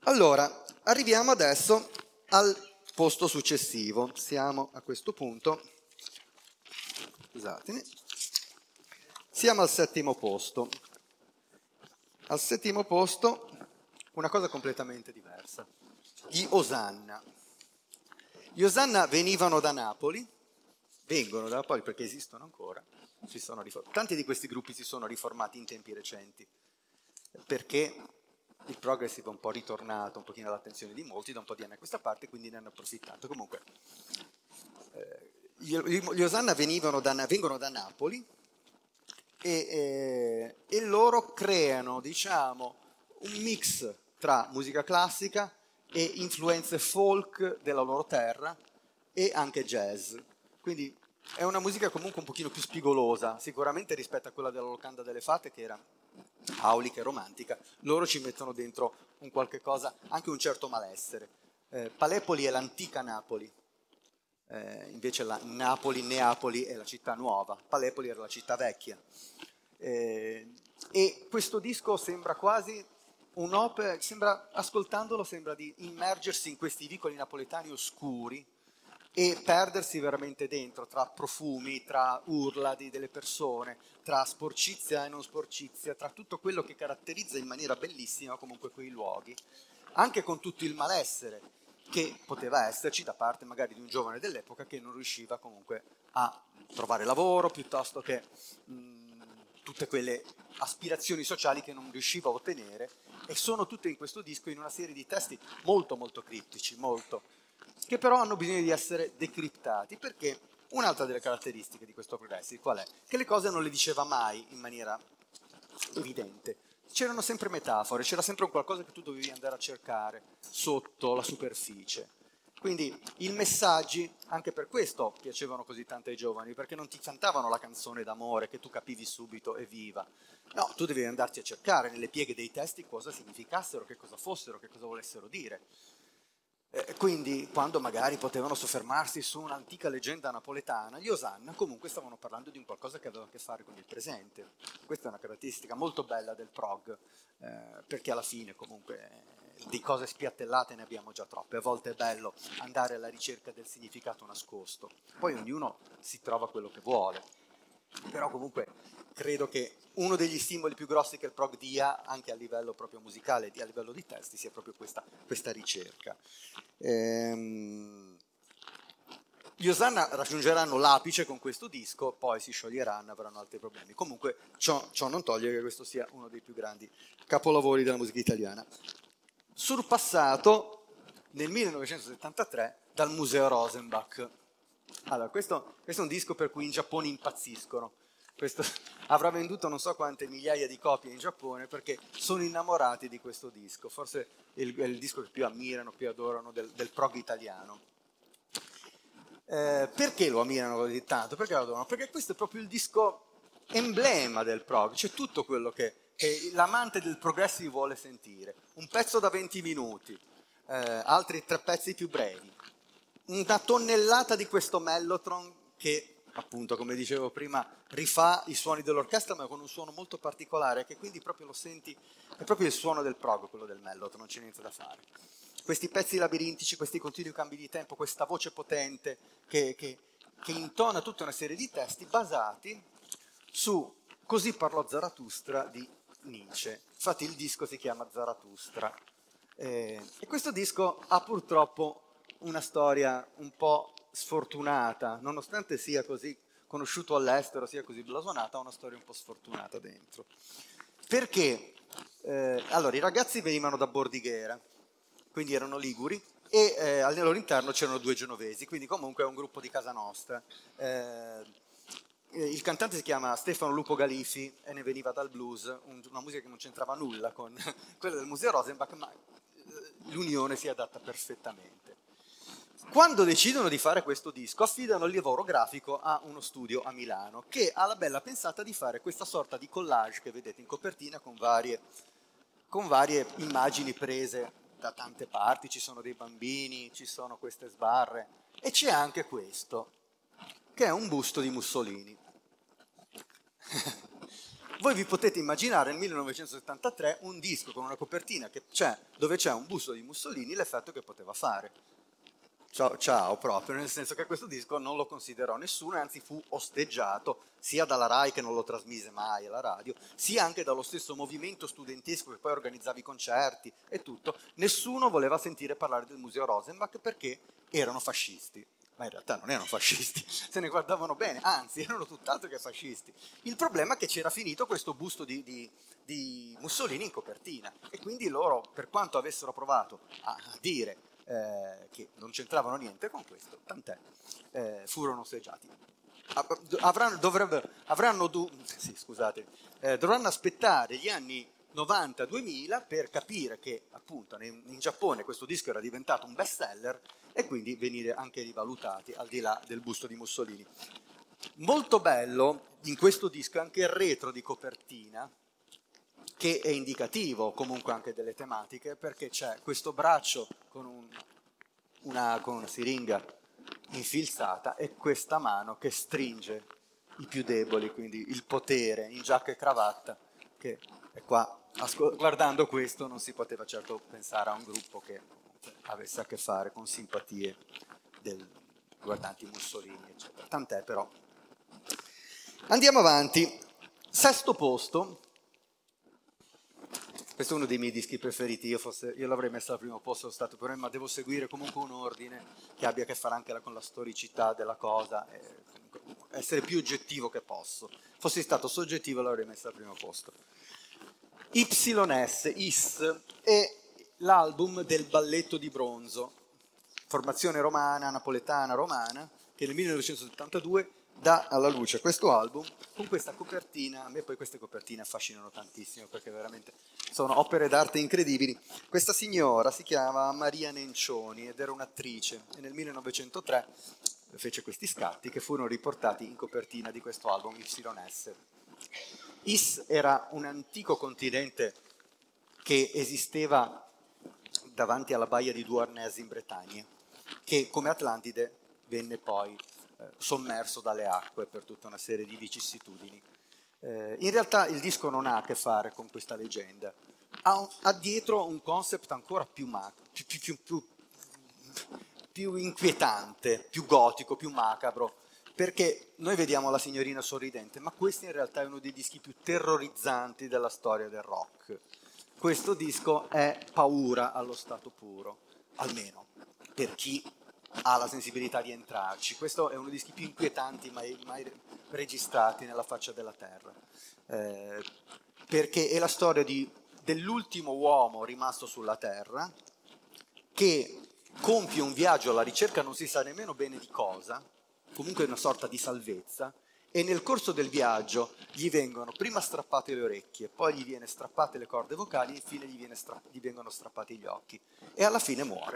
Allora, arriviamo adesso al posto successivo. Siamo a questo punto, scusatemi, siamo al 7° posto. Al 7° posto una cosa completamente diversa. Gli Osanna. Gli Osanna vengono da Napoli perché esistono ancora. Tanti di questi gruppi si sono riformati in tempi recenti, perché il progressive è un po' ritornato un pochino all'attenzione di molti da un po' di anni a questa parte, quindi ne hanno approfittato. Comunque, gli Osanna vengono da Napoli e loro creano, diciamo, un mix tra musica classica e influenze folk della loro terra e anche jazz. Quindi è una musica comunque un pochino più spigolosa, sicuramente rispetto a quella della Locanda delle Fate, che era aulica e romantica. Loro ci mettono dentro un qualche cosa, anche un certo malessere. Palepoli è l'antica Napoli, invece Neapoli è la città nuova, Palepoli era la città vecchia. E questo disco sembra quasi un'opera, ascoltandolo sembra di immergersi in questi vicoli napoletani oscuri e perdersi veramente dentro, tra profumi, tra urla delle persone, tra sporcizia e non sporcizia, tra tutto quello che caratterizza in maniera bellissima comunque quei luoghi, anche con tutto il malessere che poteva esserci da parte magari di un giovane dell'epoca che non riusciva comunque a trovare lavoro, piuttosto che tutte quelle aspirazioni sociali che non riusciva a ottenere, e sono tutte in questo disco in una serie di testi molto molto criptici, che però hanno bisogno di essere decriptati, perché un'altra delle caratteristiche di questo progressive qual è? Che le cose non le diceva mai in maniera evidente. C'erano sempre metafore, c'era sempre un qualcosa che tu dovevi andare a cercare sotto la superficie. Quindi i messaggi, anche per questo piacevano così tanto ai giovani, perché non ti cantavano la canzone d'amore che tu capivi subito e viva. No, tu devi andarti a cercare nelle pieghe dei testi cosa significassero, che cosa fossero, che cosa volessero dire. Quindi, quando magari potevano soffermarsi su un'antica leggenda napoletana, gli Osanna comunque stavano parlando di un qualcosa che aveva a che fare con il presente. Questa è una caratteristica molto bella del prog, perché alla fine comunque di cose spiattellate ne abbiamo già troppe. A volte è bello andare alla ricerca del significato nascosto. Poi ognuno si trova quello che vuole. Però comunque credo che uno degli simboli più grossi che il prog dia, anche a livello proprio musicale e a livello di testi, sia proprio questa ricerca. Gli Osanna raggiungeranno l'apice con questo disco, poi si scioglieranno, avranno altri problemi. Comunque ciò non toglie che questo sia uno dei più grandi capolavori della musica italiana. Surpassato nel 1973 dal Museo Rosenbach. Allora, questo è un disco per cui in Giappone impazziscono. Questo avrà venduto non so quante migliaia di copie in Giappone perché sono innamorati di questo disco. Forse è il disco che più ammirano, più adorano del prog italiano. Perché lo ammirano così tanto? Perché lo adorano? Perché questo è proprio il disco emblema del prog, c'è tutto quello che l'amante del progressive vuole sentire. Un pezzo da 20 minuti, altri 3 pezzi più brevi, una tonnellata di questo mellotron che, appunto, come dicevo prima, rifà i suoni dell'orchestra ma con un suono molto particolare, che quindi proprio lo senti, è proprio il suono del prog, quello del mellotron, non c'è niente da fare. Questi pezzi labirintici, questi continui cambi di tempo, questa voce potente che intona tutta una serie di testi basati su Così parlò Zarathustra di Nietzsche. Infatti il disco si chiama Zarathustra. E questo disco ha purtroppo una storia un po' sfortunata, nonostante sia così conosciuto all'estero, sia così blasonata, ha una storia un po' sfortunata dentro. Perché? Allora, i ragazzi venivano da Bordighera, quindi erano liguri, e al loro interno c'erano 2 genovesi, quindi comunque è un gruppo di casa nostra. Il cantante si chiama Stefano Lupo Galifi e ne veniva dal blues, una musica che non c'entrava nulla con quella del Museo Rosenbach, ma l'unione si adatta perfettamente. Quando decidono di fare questo disco, affidano il lavoro grafico a uno studio a Milano, che ha la bella pensata di fare questa sorta di collage che vedete in copertina con varie immagini prese da tante parti. Ci sono dei bambini, ci sono queste sbarre e c'è anche questo, che è un busto di Mussolini. Voi vi potete immaginare nel 1973 un disco con una copertina dove c'è un busto di Mussolini, l'effetto che poteva fare. Ciao proprio, nel senso che questo disco non lo considerò nessuno, anzi fu osteggiato sia dalla RAI, che non lo trasmise mai alla radio, sia anche dallo stesso movimento studentesco che poi organizzava i concerti e tutto. Nessuno voleva sentire parlare del Museo Rosenbach perché erano fascisti. Ma in realtà non erano fascisti, se ne guardavano bene, anzi erano tutt'altro che fascisti. Il problema è che c'era finito questo busto di Mussolini in copertina, e quindi loro, per quanto avessero provato a dire che non c'entravano niente con questo, tant'è, furono osteggiati. Dovranno aspettare gli anni 90-2000 per capire che appunto in Giappone questo disco era diventato un best seller e quindi venire anche rivalutati al di là del busto di Mussolini. Molto bello in questo disco è anche il retro di copertina, che è indicativo comunque anche delle tematiche, perché c'è questo braccio con una siringa infilzata e questa mano che stringe i più deboli, quindi il potere in giacca e cravatta, che è qua. Guardando questo non si poteva certo pensare a un gruppo che avesse a che fare con simpatie riguardanti Mussolini, eccetera. Tant'è però. Andiamo avanti. Sesto posto. Questo è uno dei miei dischi preferiti, io l'avrei messo al primo posto, stato per me, ma devo seguire comunque un ordine che abbia a che fare anche con la storicità della cosa, e essere più oggettivo che posso. Fossi stato soggettivo l'avrei messo al primo posto. YS è l'album del Balletto di Bronzo, formazione romana, napoletana romana, che nel 1972 dà alla luce questo album con questa copertina. A me poi queste copertine affascinano tantissimo perché veramente sono opere d'arte incredibili. Questa signora si chiama Maria Nencioni ed era un'attrice e nel 1903 fece questi scatti che furono riportati in copertina di questo album YS. Is era un antico continente che esisteva davanti alla baia di Douarnenez in Bretagna, che come Atlantide venne poi sommerso dalle acque per tutta una serie di vicissitudini. In realtà il disco non ha a che fare con questa leggenda, ha dietro un concept ancora più inquietante, più gotico, più macabro, perché noi vediamo la signorina sorridente, ma questo in realtà è uno dei dischi più terrorizzanti della storia del rock. Questo disco è paura allo stato puro, almeno per chi ha la sensibilità di entrarci. Questo è uno dei dischi più inquietanti mai registrati nella faccia della terra, perché è la storia dell'ultimo uomo rimasto sulla terra che compie un viaggio alla ricerca non si sa nemmeno bene di cosa, comunque una sorta di salvezza, e nel corso del viaggio gli vengono prima strappate le orecchie, poi gli viene strappate le corde vocali e infine gli vengono strappati gli occhi e alla fine muore.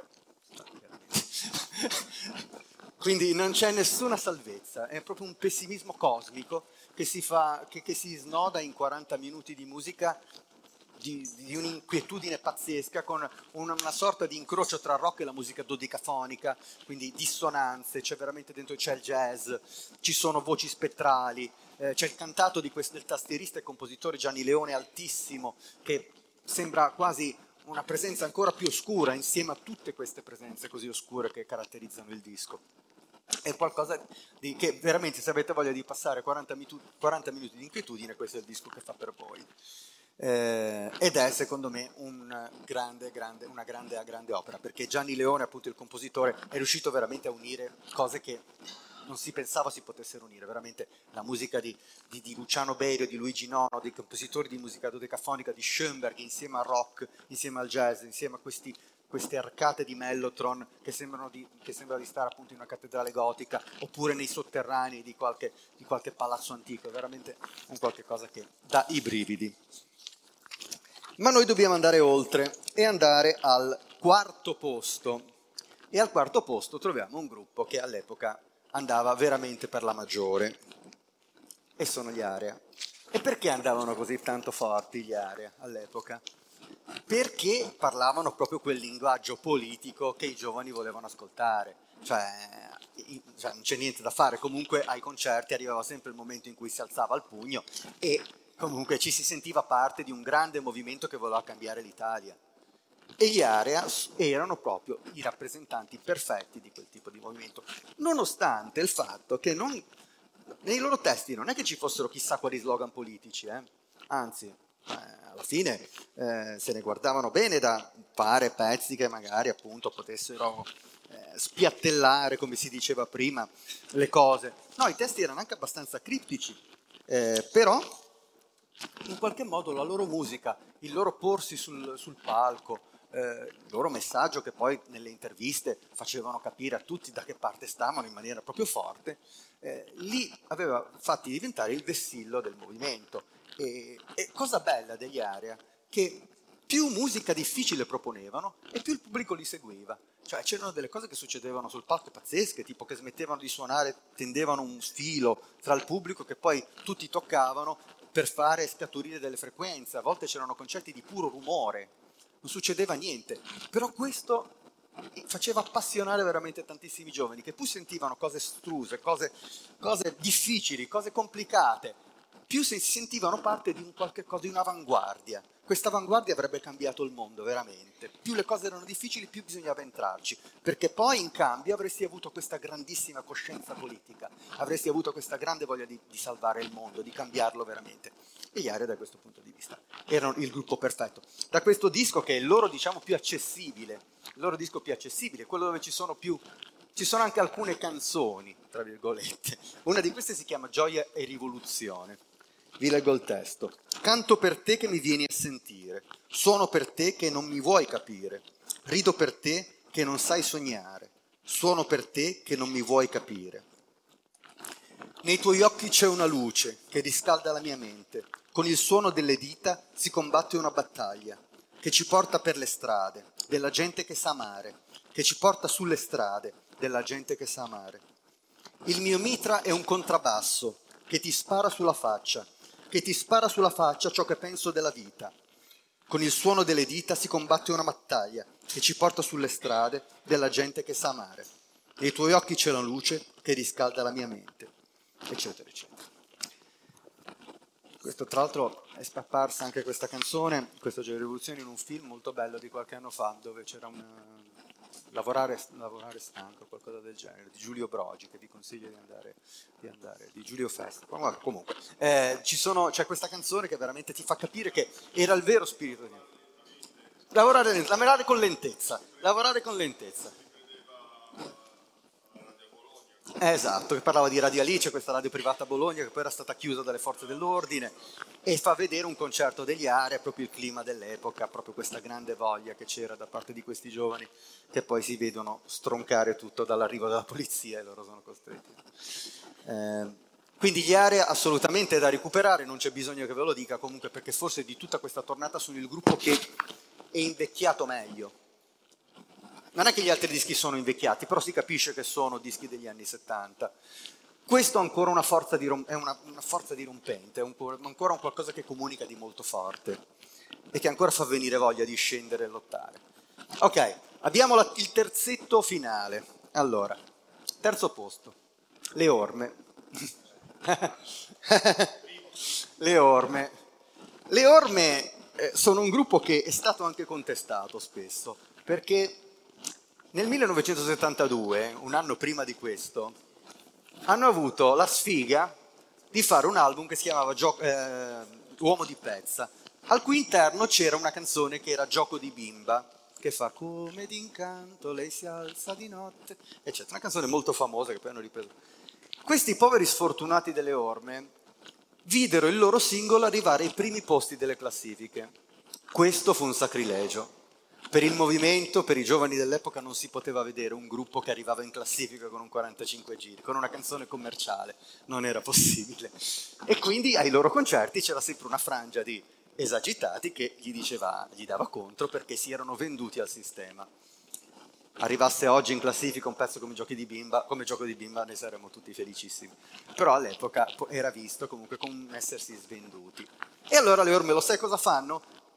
Quindi non c'è nessuna salvezza, è proprio un pessimismo cosmico che si snoda in 40 minuti di musica di un'inquietudine pazzesca, con una sorta di incrocio tra rock e la musica dodicafonica, quindi dissonanze, c'è il jazz, ci sono voci spettrali, c'è il cantato del tastierista e compositore Gianni Leone altissimo, che sembra quasi una presenza ancora più oscura insieme a tutte queste presenze così oscure che caratterizzano il disco. È qualcosa che veramente, se avete voglia di passare 40 minuti di inquietudine, questo è il disco che fa per voi. Ed è secondo me una grande opera, perché Gianni Leone, appunto il compositore, è riuscito veramente a unire cose che non si pensava si potessero unire, veramente la musica di Luciano Berio, di Luigi Nono, dei compositori di musica dodecafonica di Schoenberg, insieme al rock, insieme al jazz, insieme a queste arcate di Mellotron che sembra di stare appunto in una cattedrale gotica oppure nei sotterranei di qualche palazzo antico. È veramente un qualche cosa che dà i brividi. Ma noi dobbiamo andare oltre e andare al quarto posto. E al quarto posto troviamo un gruppo che all'epoca andava veramente per la maggiore, e sono gli Area. E perché andavano così tanto forti gli Area all'epoca? Perché parlavano proprio quel linguaggio politico che i giovani volevano ascoltare. Cioè non c'è niente da fare, comunque ai concerti arrivava sempre il momento in cui si alzava il pugno e comunque ci si sentiva parte di un grande movimento che voleva cambiare l'Italia. E gli Area erano proprio i rappresentanti perfetti di quel tipo di movimento, nonostante il fatto che nei loro testi non è che ci fossero chissà quali slogan politici, anzi, alla fine se ne guardavano bene da fare pezzi che magari appunto potessero spiattellare, come si diceva prima, le cose. No, i testi erano anche abbastanza criptici, però in qualche modo la loro musica, il loro porsi sul palco, il loro messaggio che poi nelle interviste facevano capire a tutti da che parte stavano in maniera proprio forte, li aveva fatti diventare il vessillo del movimento. E cosa bella degli Area, che più musica difficile proponevano e più il pubblico li seguiva. Cioè c'erano delle cose che succedevano sul palco pazzesche, tipo che smettevano di suonare, tendevano un filo tra il pubblico che poi tutti toccavano per fare scaturire delle frequenze. A volte c'erano concerti di puro rumore, non succedeva niente. Però questo faceva appassionare veramente tantissimi giovani che pur sentivano cose struse, cose difficili, cose complicate, più si sentivano parte di un qualche cosa, di un'avanguardia. Questa avanguardia avrebbe cambiato il mondo, veramente. Più le cose erano difficili, più bisognava entrarci, perché poi in cambio avresti avuto questa grandissima coscienza politica, avresti avuto questa grande voglia di salvare il mondo, di cambiarlo veramente. E gli Area da questo punto di vista erano il gruppo perfetto. Da questo disco, che è il loro, diciamo, più accessibile, il loro disco più accessibile, quello dove ci sono anche alcune canzoni, tra virgolette. Una di queste si chiama Gioia e Rivoluzione. Vi leggo il testo. Canto per te che mi vieni a sentire, suono per te che non mi vuoi capire, rido per te che non sai sognare, suono per te che non mi vuoi capire. Nei tuoi occhi c'è una luce che riscalda la mia mente, con il suono delle dita si combatte una battaglia, che ci porta per le strade, della gente che sa amare, che ci porta sulle strade, della gente che sa amare. Il mio mitra è un contrabbasso che ti spara sulla faccia, ciò che penso della vita. Con il suono delle dita si combatte una battaglia che ci porta sulle strade della gente che sa amare. Nei tuoi occhi c'è la luce che riscalda la mia mente, eccetera, eccetera. Questo, tra l'altro, è apparsa anche questa canzone, questa Gioia e Rivoluzione, in un film molto bello di qualche anno fa, dove c'era un lavorare stanco, qualcosa del genere, di Giulio Brogi, che vi consiglio di andare, di Giulio Festa. Comunque, c'è questa canzone che veramente ti fa capire che era il vero spirito di lavorare con lentezza. Esatto, che parlava di Radio Alice, questa radio privata a Bologna che poi era stata chiusa dalle forze dell'ordine, e fa vedere un concerto degli Area, proprio il clima dell'epoca, proprio questa grande voglia che c'era da parte di questi giovani che poi si vedono stroncare tutto dall'arrivo della polizia e loro sono costretti. Quindi gli Area assolutamente da recuperare, non c'è bisogno che ve lo dica comunque, perché forse di tutta questa tornata sono il gruppo che è invecchiato meglio. Non è che gli altri dischi sono invecchiati, però si capisce che sono dischi degli anni 70. Questo è ancora una forza dirompente, è ancora un qualcosa che comunica di molto forte e che ancora fa venire voglia di scendere e lottare. Ok, abbiamo il terzetto finale. Allora, terzo posto, le Orme. Le Orme. Le Orme sono un gruppo che è stato anche contestato spesso, perché nel 1972, un anno prima di questo, hanno avuto la sfiga di fare un album che si chiamava Uomo di Pezza, al cui interno c'era una canzone che era Gioco di bimba, che fa come d'incanto lei si alza di notte, eccetera. Una canzone molto famosa che poi hanno ripreso. Questi poveri sfortunati delle Orme videro il loro singolo arrivare ai primi posti delle classifiche. Questo fu un sacrilegio. Per il movimento, per i giovani dell'epoca non si poteva vedere un gruppo che arrivava in classifica con un 45 giri, con una canzone commerciale, non era possibile. E quindi ai loro concerti c'era sempre una frangia di esagitati che gli dava contro perché si erano venduti al sistema. Arrivasse oggi in classifica un pezzo come Gioco di bimba ne saremmo tutti felicissimi. Però all'epoca era visto comunque come essersi svenduti. E allora le Orme, lo sai cosa fanno?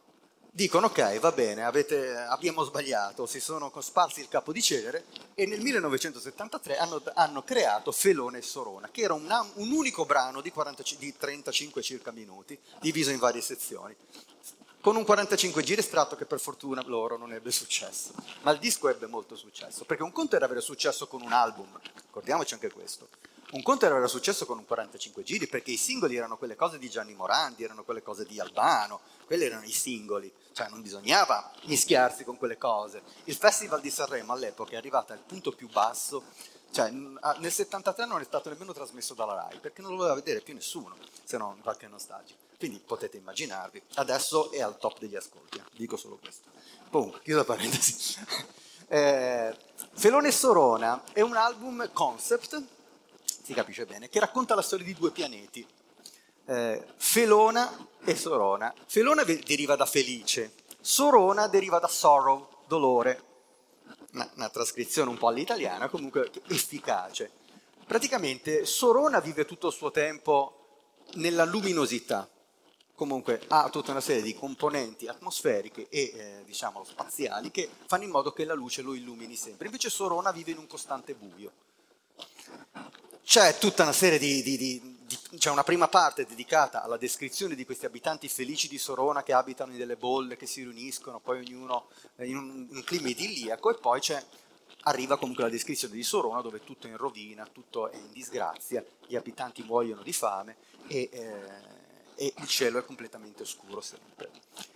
dicono ok, va bene, abbiamo sbagliato, si sono sparsi il capo di cenere e nel 1973 hanno creato Felone e Sorona, che era un unico brano di 35 circa minuti, diviso in varie sezioni, con un 45 giri estratto che per fortuna loro non ebbe successo. Ma il disco ebbe molto successo, perché un conto era avere successo con un album, ricordiamoci anche questo. Un conto era avere successo con un 45 giri, perché i singoli erano quelle cose di Gianni Morandi, erano quelle cose di Albano, quelli erano i singoli, cioè non bisognava mischiarsi con quelle cose. Il Festival di Sanremo all'epoca è arrivato al punto più basso, cioè nel 73 non è stato nemmeno trasmesso dalla Rai, perché non lo voleva vedere più nessuno, se non qualche nostalgico. Quindi potete immaginarvi, adesso è al top degli ascolti, dico solo questo. Comunque, chiudo la parentesi. Felone e Sorona è un album concept, si capisce bene, che racconta la storia di due pianeti, Felona e Sorona. Felona deriva da felice, Sorona deriva da sorrow, dolore, una trascrizione un po' all'italiana, comunque efficace. Praticamente Sorona vive tutto il suo tempo nella luminosità, comunque ha tutta una serie di componenti atmosferiche e diciamo spaziali che fanno in modo che la luce lo illumini sempre. Invece Sorona vive in un costante buio. C'è tutta una serie c'è una prima parte dedicata alla descrizione di questi abitanti felici di Sorona che abitano in delle bolle, che si riuniscono, poi ognuno in un clima idilliaco, e poi arriva comunque la descrizione di Sorona dove tutto è in rovina, tutto è in disgrazia, gli abitanti muoiono di fame e il cielo è completamente oscuro sempre.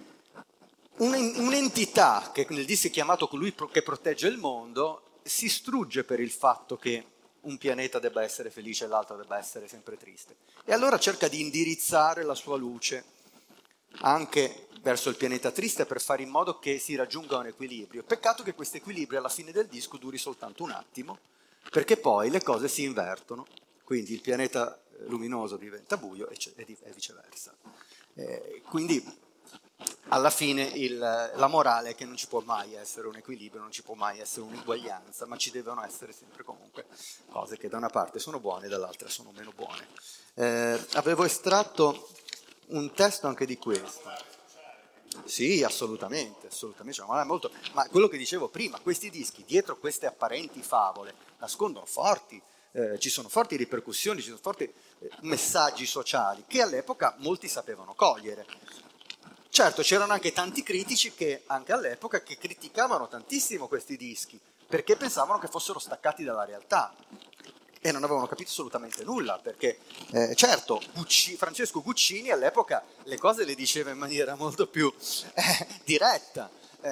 Un'entità che nel disco è chiamato colui che protegge il mondo si strugge per il fatto che un pianeta debba essere felice e l'altro debba essere sempre triste. E allora cerca di indirizzare la sua luce anche verso il pianeta triste per fare in modo che si raggiunga un equilibrio. Peccato che questo equilibrio alla fine del disco duri soltanto un attimo, perché poi le cose si invertono, quindi il pianeta luminoso diventa buio e viceversa. Quindi alla fine la morale è che non ci può mai essere un equilibrio, non ci può mai essere un'uguaglianza, ma ci devono essere sempre comunque cose che da una parte sono buone e dall'altra sono meno buone. Avevo estratto un testo anche di questo. Sì, assolutamente, assolutamente, ma quello che dicevo prima, questi dischi, dietro queste apparenti favole, nascondono ci sono forti ripercussioni, ci sono forti messaggi sociali che all'epoca molti sapevano cogliere. Certo, c'erano anche tanti critici che anche all'epoca che criticavano tantissimo questi dischi perché pensavano che fossero staccati dalla realtà e non avevano capito assolutamente nulla, perché certo Francesco Guccini all'epoca le cose le diceva in maniera molto più diretta,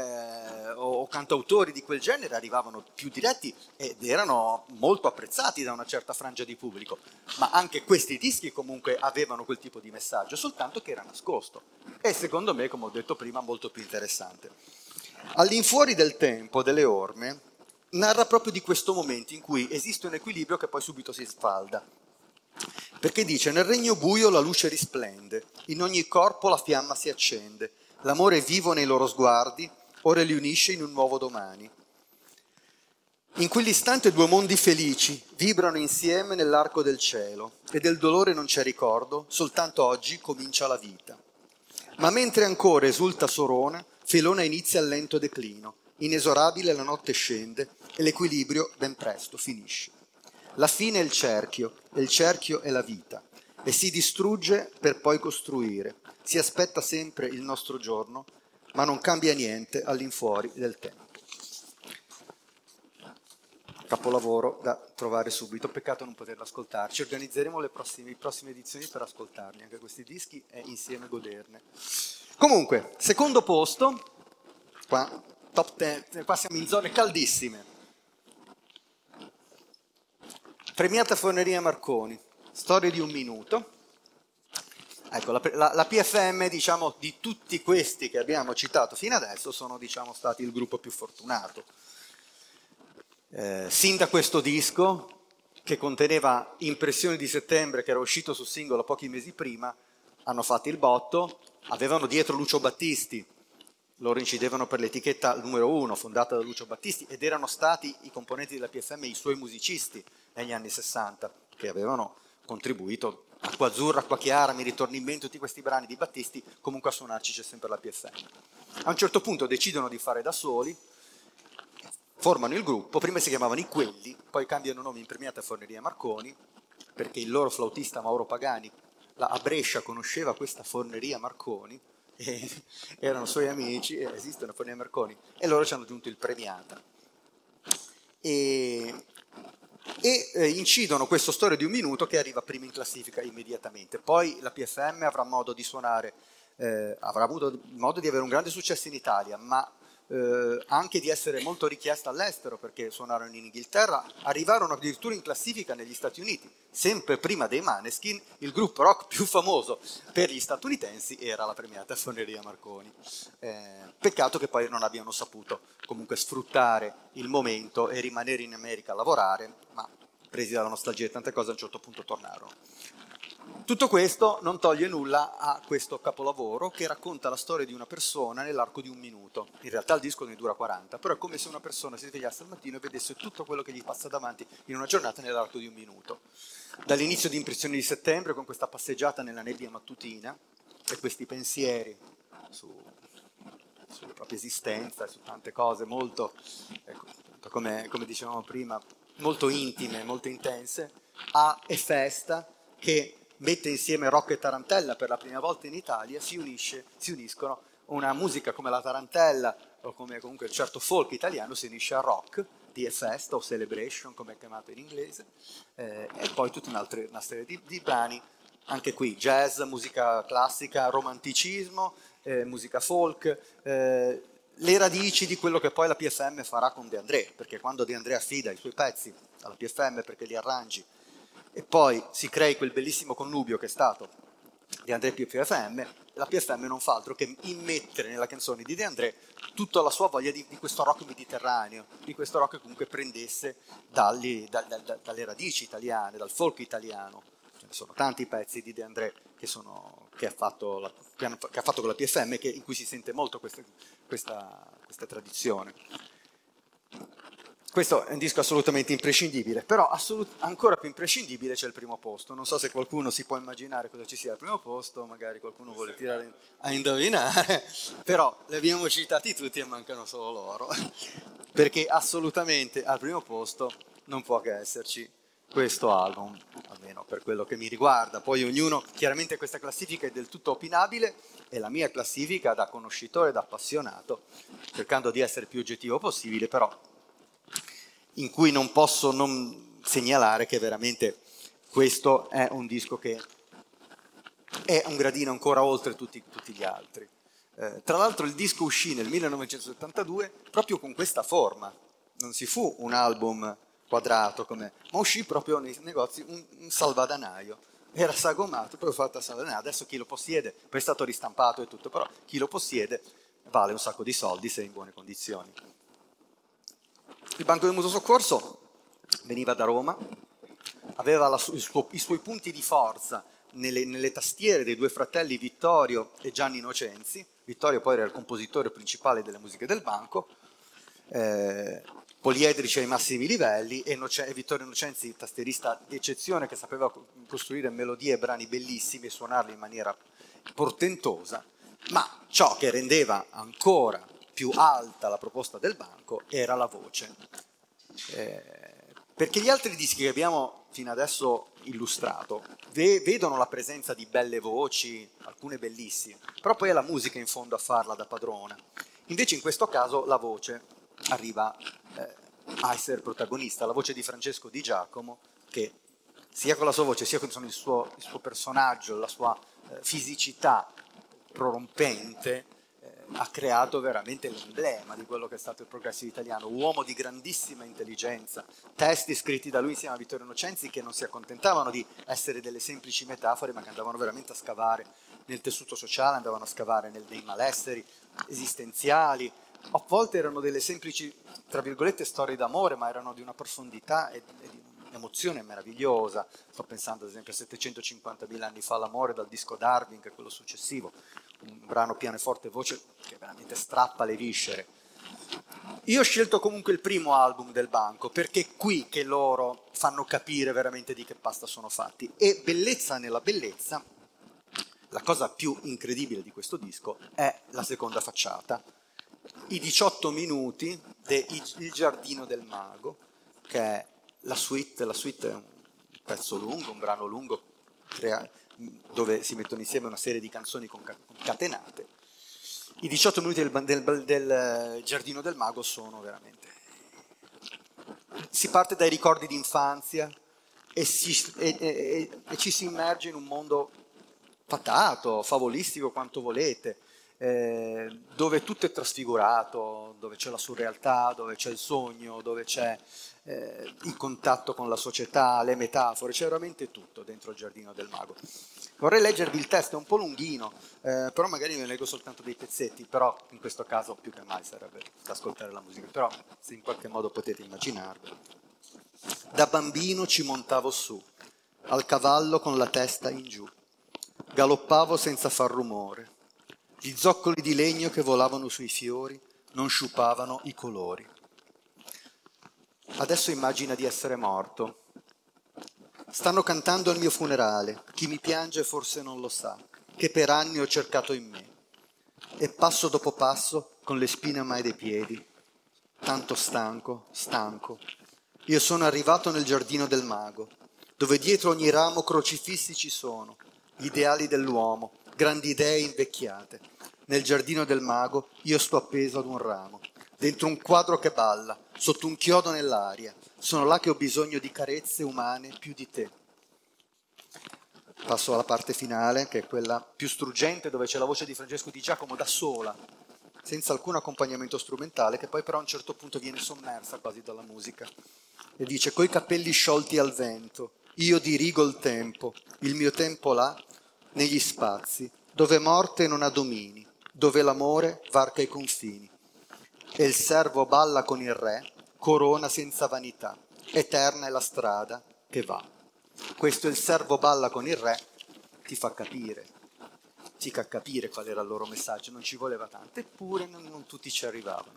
o cantautori di quel genere arrivavano più diretti ed erano molto apprezzati da una certa frangia di pubblico, ma anche questi dischi comunque avevano quel tipo di messaggio, soltanto che era nascosto e secondo me, come ho detto prima, molto più interessante. All'infuori del tempo, delle orme, narra proprio di questo momento in cui esiste un equilibrio che poi subito si sfalda. Perché dice: nel regno buio la luce risplende, in ogni corpo la fiamma si accende, l'amore è vivo nei loro sguardi, ora li unisce in un nuovo domani. In quell'istante due mondi felici vibrano insieme nell'arco del cielo e del dolore non c'è ricordo, soltanto oggi comincia la vita. Ma mentre ancora esulta Sorona, Felona inizia il lento declino, inesorabile la notte scende e l'equilibrio ben presto finisce. La fine è il cerchio, e il cerchio è la vita, e si distrugge per poi costruire. Si aspetta sempre il nostro giorno, ma non cambia niente all'infuori del tempo. Capolavoro da trovare subito, peccato non poterlo ascoltarci. Organizzeremo le prossime edizioni per ascoltarli, anche questi dischi, e insieme goderne. Comunque, secondo posto, qua, top 10, qua siamo in zone caldissime. Premiata Forneria Marconi, Storie di un minuto. Ecco, la PFM, diciamo, di tutti questi che abbiamo citato fino adesso, sono, diciamo, stati il gruppo più fortunato. Sin da questo disco, che conteneva Impressioni di settembre, che era uscito su singolo pochi mesi prima, hanno fatto il botto, avevano dietro Lucio Battisti, loro incidevano per l'etichetta numero 1, fondata da Lucio Battisti, ed erano stati i componenti della PFM i suoi musicisti negli anni 60, che avevano contribuito Acqua Azzurra, Acqua Chiara, Mi ritorni in mente, tutti questi brani di Battisti, comunque a suonarci c'è sempre la PFM. A un certo punto decidono di fare da soli, formano il gruppo, prima si chiamavano I Quelli, poi cambiano nome in Premiata Forneria Marconi, perché il loro flautista Mauro Pagani a Brescia conosceva questa Forneria Marconi, e erano suoi amici, esiste una Forneria Marconi, e loro ci hanno aggiunto il Premiata. E incidono questo Storia di un minuto che arriva prima in classifica immediatamente. Poi la PFM avrà modo di suonare, avrà avuto modo di avere un grande successo in Italia, ma anche di essere molto richiesta all'estero, perché suonarono in Inghilterra, arrivarono addirittura in classifica negli Stati Uniti, sempre prima dei Maneskin. Il gruppo rock più famoso per gli statunitensi era la Premiata Forneria Marconi. Peccato che poi non abbiano saputo comunque sfruttare il momento e rimanere in America a lavorare, ma presi dalla nostalgia di tante cose a un certo punto tornarono. Tutto questo non toglie nulla a questo capolavoro che racconta la storia di una persona nell'arco di un minuto. In realtà il disco ne dura 40, però è come se una persona si svegliasse al mattino e vedesse tutto quello che gli passa davanti in una giornata nell'arco di un minuto. Dall'inizio di Impressioni di settembre, con questa passeggiata nella nebbia mattutina e questi pensieri sulla propria esistenza, su tante cose molto, ecco, come dicevamo prima, molto intime, molto intense, a E Festa, che mette insieme rock e tarantella per la prima volta in Italia, si uniscono una musica come la tarantella o come comunque il certo folk italiano si unisce al rock di E Festa o Celebration, come è chiamato in inglese, e poi tutta una serie di brani, anche qui jazz, musica classica, romanticismo, musica folk, le radici di quello che poi la PFM farà con De André, perché quando De André affida i suoi pezzi alla PFM perché li arrangi e poi si crei quel bellissimo connubio che è stato De André più PFM, la PFM non fa altro che immettere nella canzone di De André tutta la sua voglia di questo rock mediterraneo, di questo rock che comunque prendesse dalle radici italiane, dal folk italiano. Ce ne sono tanti pezzi di De André che ha fatto con la PFM in cui si sente molto questa tradizione. Questo è un disco assolutamente imprescindibile, però ancora più imprescindibile c'è il primo posto. Non so se qualcuno si può immaginare cosa ci sia al primo posto, magari qualcuno vuole tirare a indovinare, però li abbiamo citati tutti e mancano solo loro, perché assolutamente al primo posto non può che esserci questo album, almeno per quello che mi riguarda. Poi ognuno, chiaramente questa classifica è del tutto opinabile, è la mia classifica da conoscitore, da appassionato, cercando di essere il più oggettivo possibile, però in cui non posso non segnalare che veramente questo è un disco che è un gradino ancora oltre tutti gli altri. Tra l'altro il disco uscì nel 1972 proprio con questa forma, non si fu un album quadrato ma uscì proprio nei negozi un salvadanaio, era sagomato, proprio fatto a salvadanaio. Adesso chi lo possiede, poi è stato ristampato e tutto, però chi lo possiede vale un sacco di soldi se è in buone condizioni. Il Banco del Mutuo Soccorso veniva da Roma, aveva i suoi punti di forza nelle tastiere dei due fratelli Vittorio e Gianni Innocenzi. Vittorio poi era il compositore principale delle musiche del banco, poliedrici ai massimi livelli, e Vittorio Innocenzi, tastierista di eccezione che sapeva costruire melodie e brani bellissimi e suonarli in maniera portentosa, ma ciò che rendeva ancora più alta la proposta del banco era la voce, perché gli altri dischi che abbiamo fino adesso illustrato vedono la presenza di belle voci, alcune bellissime, però poi è la musica in fondo a farla da padrona. Invece in questo caso la voce arriva a essere protagonista, la voce di Francesco Di Giacomo, che sia con la sua voce sia con il suo personaggio, la sua fisicità prorompente, ha creato veramente l'emblema di quello che è stato il progressive italiano, uomo di grandissima intelligenza, testi scritti da lui insieme a Vittorio Innocenzi che non si accontentavano di essere delle semplici metafore, ma che andavano veramente a scavare nel tessuto sociale, andavano a scavare nei malesseri esistenziali. A volte erano delle semplici, tra virgolette, storie d'amore, ma erano di una profondità e di un'emozione meravigliosa. Sto pensando ad esempio a 750.000 anni fa, l'amore, dal disco Darwin, che è quello successivo, un brano pianoforte e voce che veramente strappa le viscere. Io ho scelto comunque il primo album del Banco, perché è qui che loro fanno capire veramente di che pasta sono fatti. E bellezza nella bellezza, la cosa più incredibile di questo disco è la seconda facciata, i 18 minuti de Il Giardino del Mago, che è la suite è un pezzo lungo, un brano lungo, dove si mettono insieme una serie di canzoni concatenate. I 18 minuti del Giardino del Mago sono veramente... Si parte dai ricordi di infanzia e ci si immerge in un mondo fatato, favolistico, quanto volete, dove tutto è trasfigurato, dove c'è la surrealtà, dove c'è il sogno, dove c'è il contatto con la società, le metafore, c'è veramente tutto dentro il Giardino del Mago. Vorrei leggervi il testo, è un po' lunghino, però magari ne leggo soltanto dei pezzetti, però in questo caso più che mai sarebbe da ascoltare la musica, però se in qualche modo potete immaginarvelo. Da bambino ci montavo su, al cavallo con la testa in giù, galoppavo senza far rumore, gli zoccoli di legno che volavano sui fiori non sciupavano i colori. Adesso immagina di essere morto. Stanno cantando al mio funerale, chi mi piange forse non lo sa, che per anni ho cercato in me. E passo dopo passo, con le spine a mai dei piedi, tanto stanco, io sono arrivato nel Giardino del Mago, dove dietro ogni ramo crocifissi ci sono, gli ideali dell'uomo, grandi idee invecchiate. Nel Giardino del Mago io sto appeso ad un ramo, dentro un quadro che balla, sotto un chiodo nell'aria. Sono là che ho bisogno di carezze umane più di te. Passo alla parte finale, che è quella più struggente, dove c'è la voce di Francesco Di Giacomo da sola, senza alcun accompagnamento strumentale, che poi però a un certo punto viene sommersa quasi dalla musica. E dice: coi capelli sciolti al vento, io dirigo il mio tempo là, negli spazi, dove morte non ha domini, dove l'amore varca i confini. E il servo balla con il re, corona senza vanità, eterna è la strada che va. Questo il servo balla con il re, ti fa capire qual era il loro messaggio, non ci voleva tanto, eppure non tutti ci arrivavano.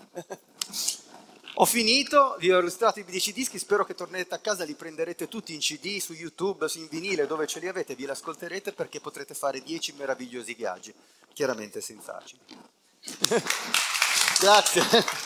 Ho finito, vi ho illustrato i 10 dischi, spero che tornerete a casa, li prenderete tutti in CD, su YouTube, in vinile, dove ce li avete, vi li ascolterete perché potrete fare 10 meravigliosi viaggi, chiaramente senza acidi. Grazie.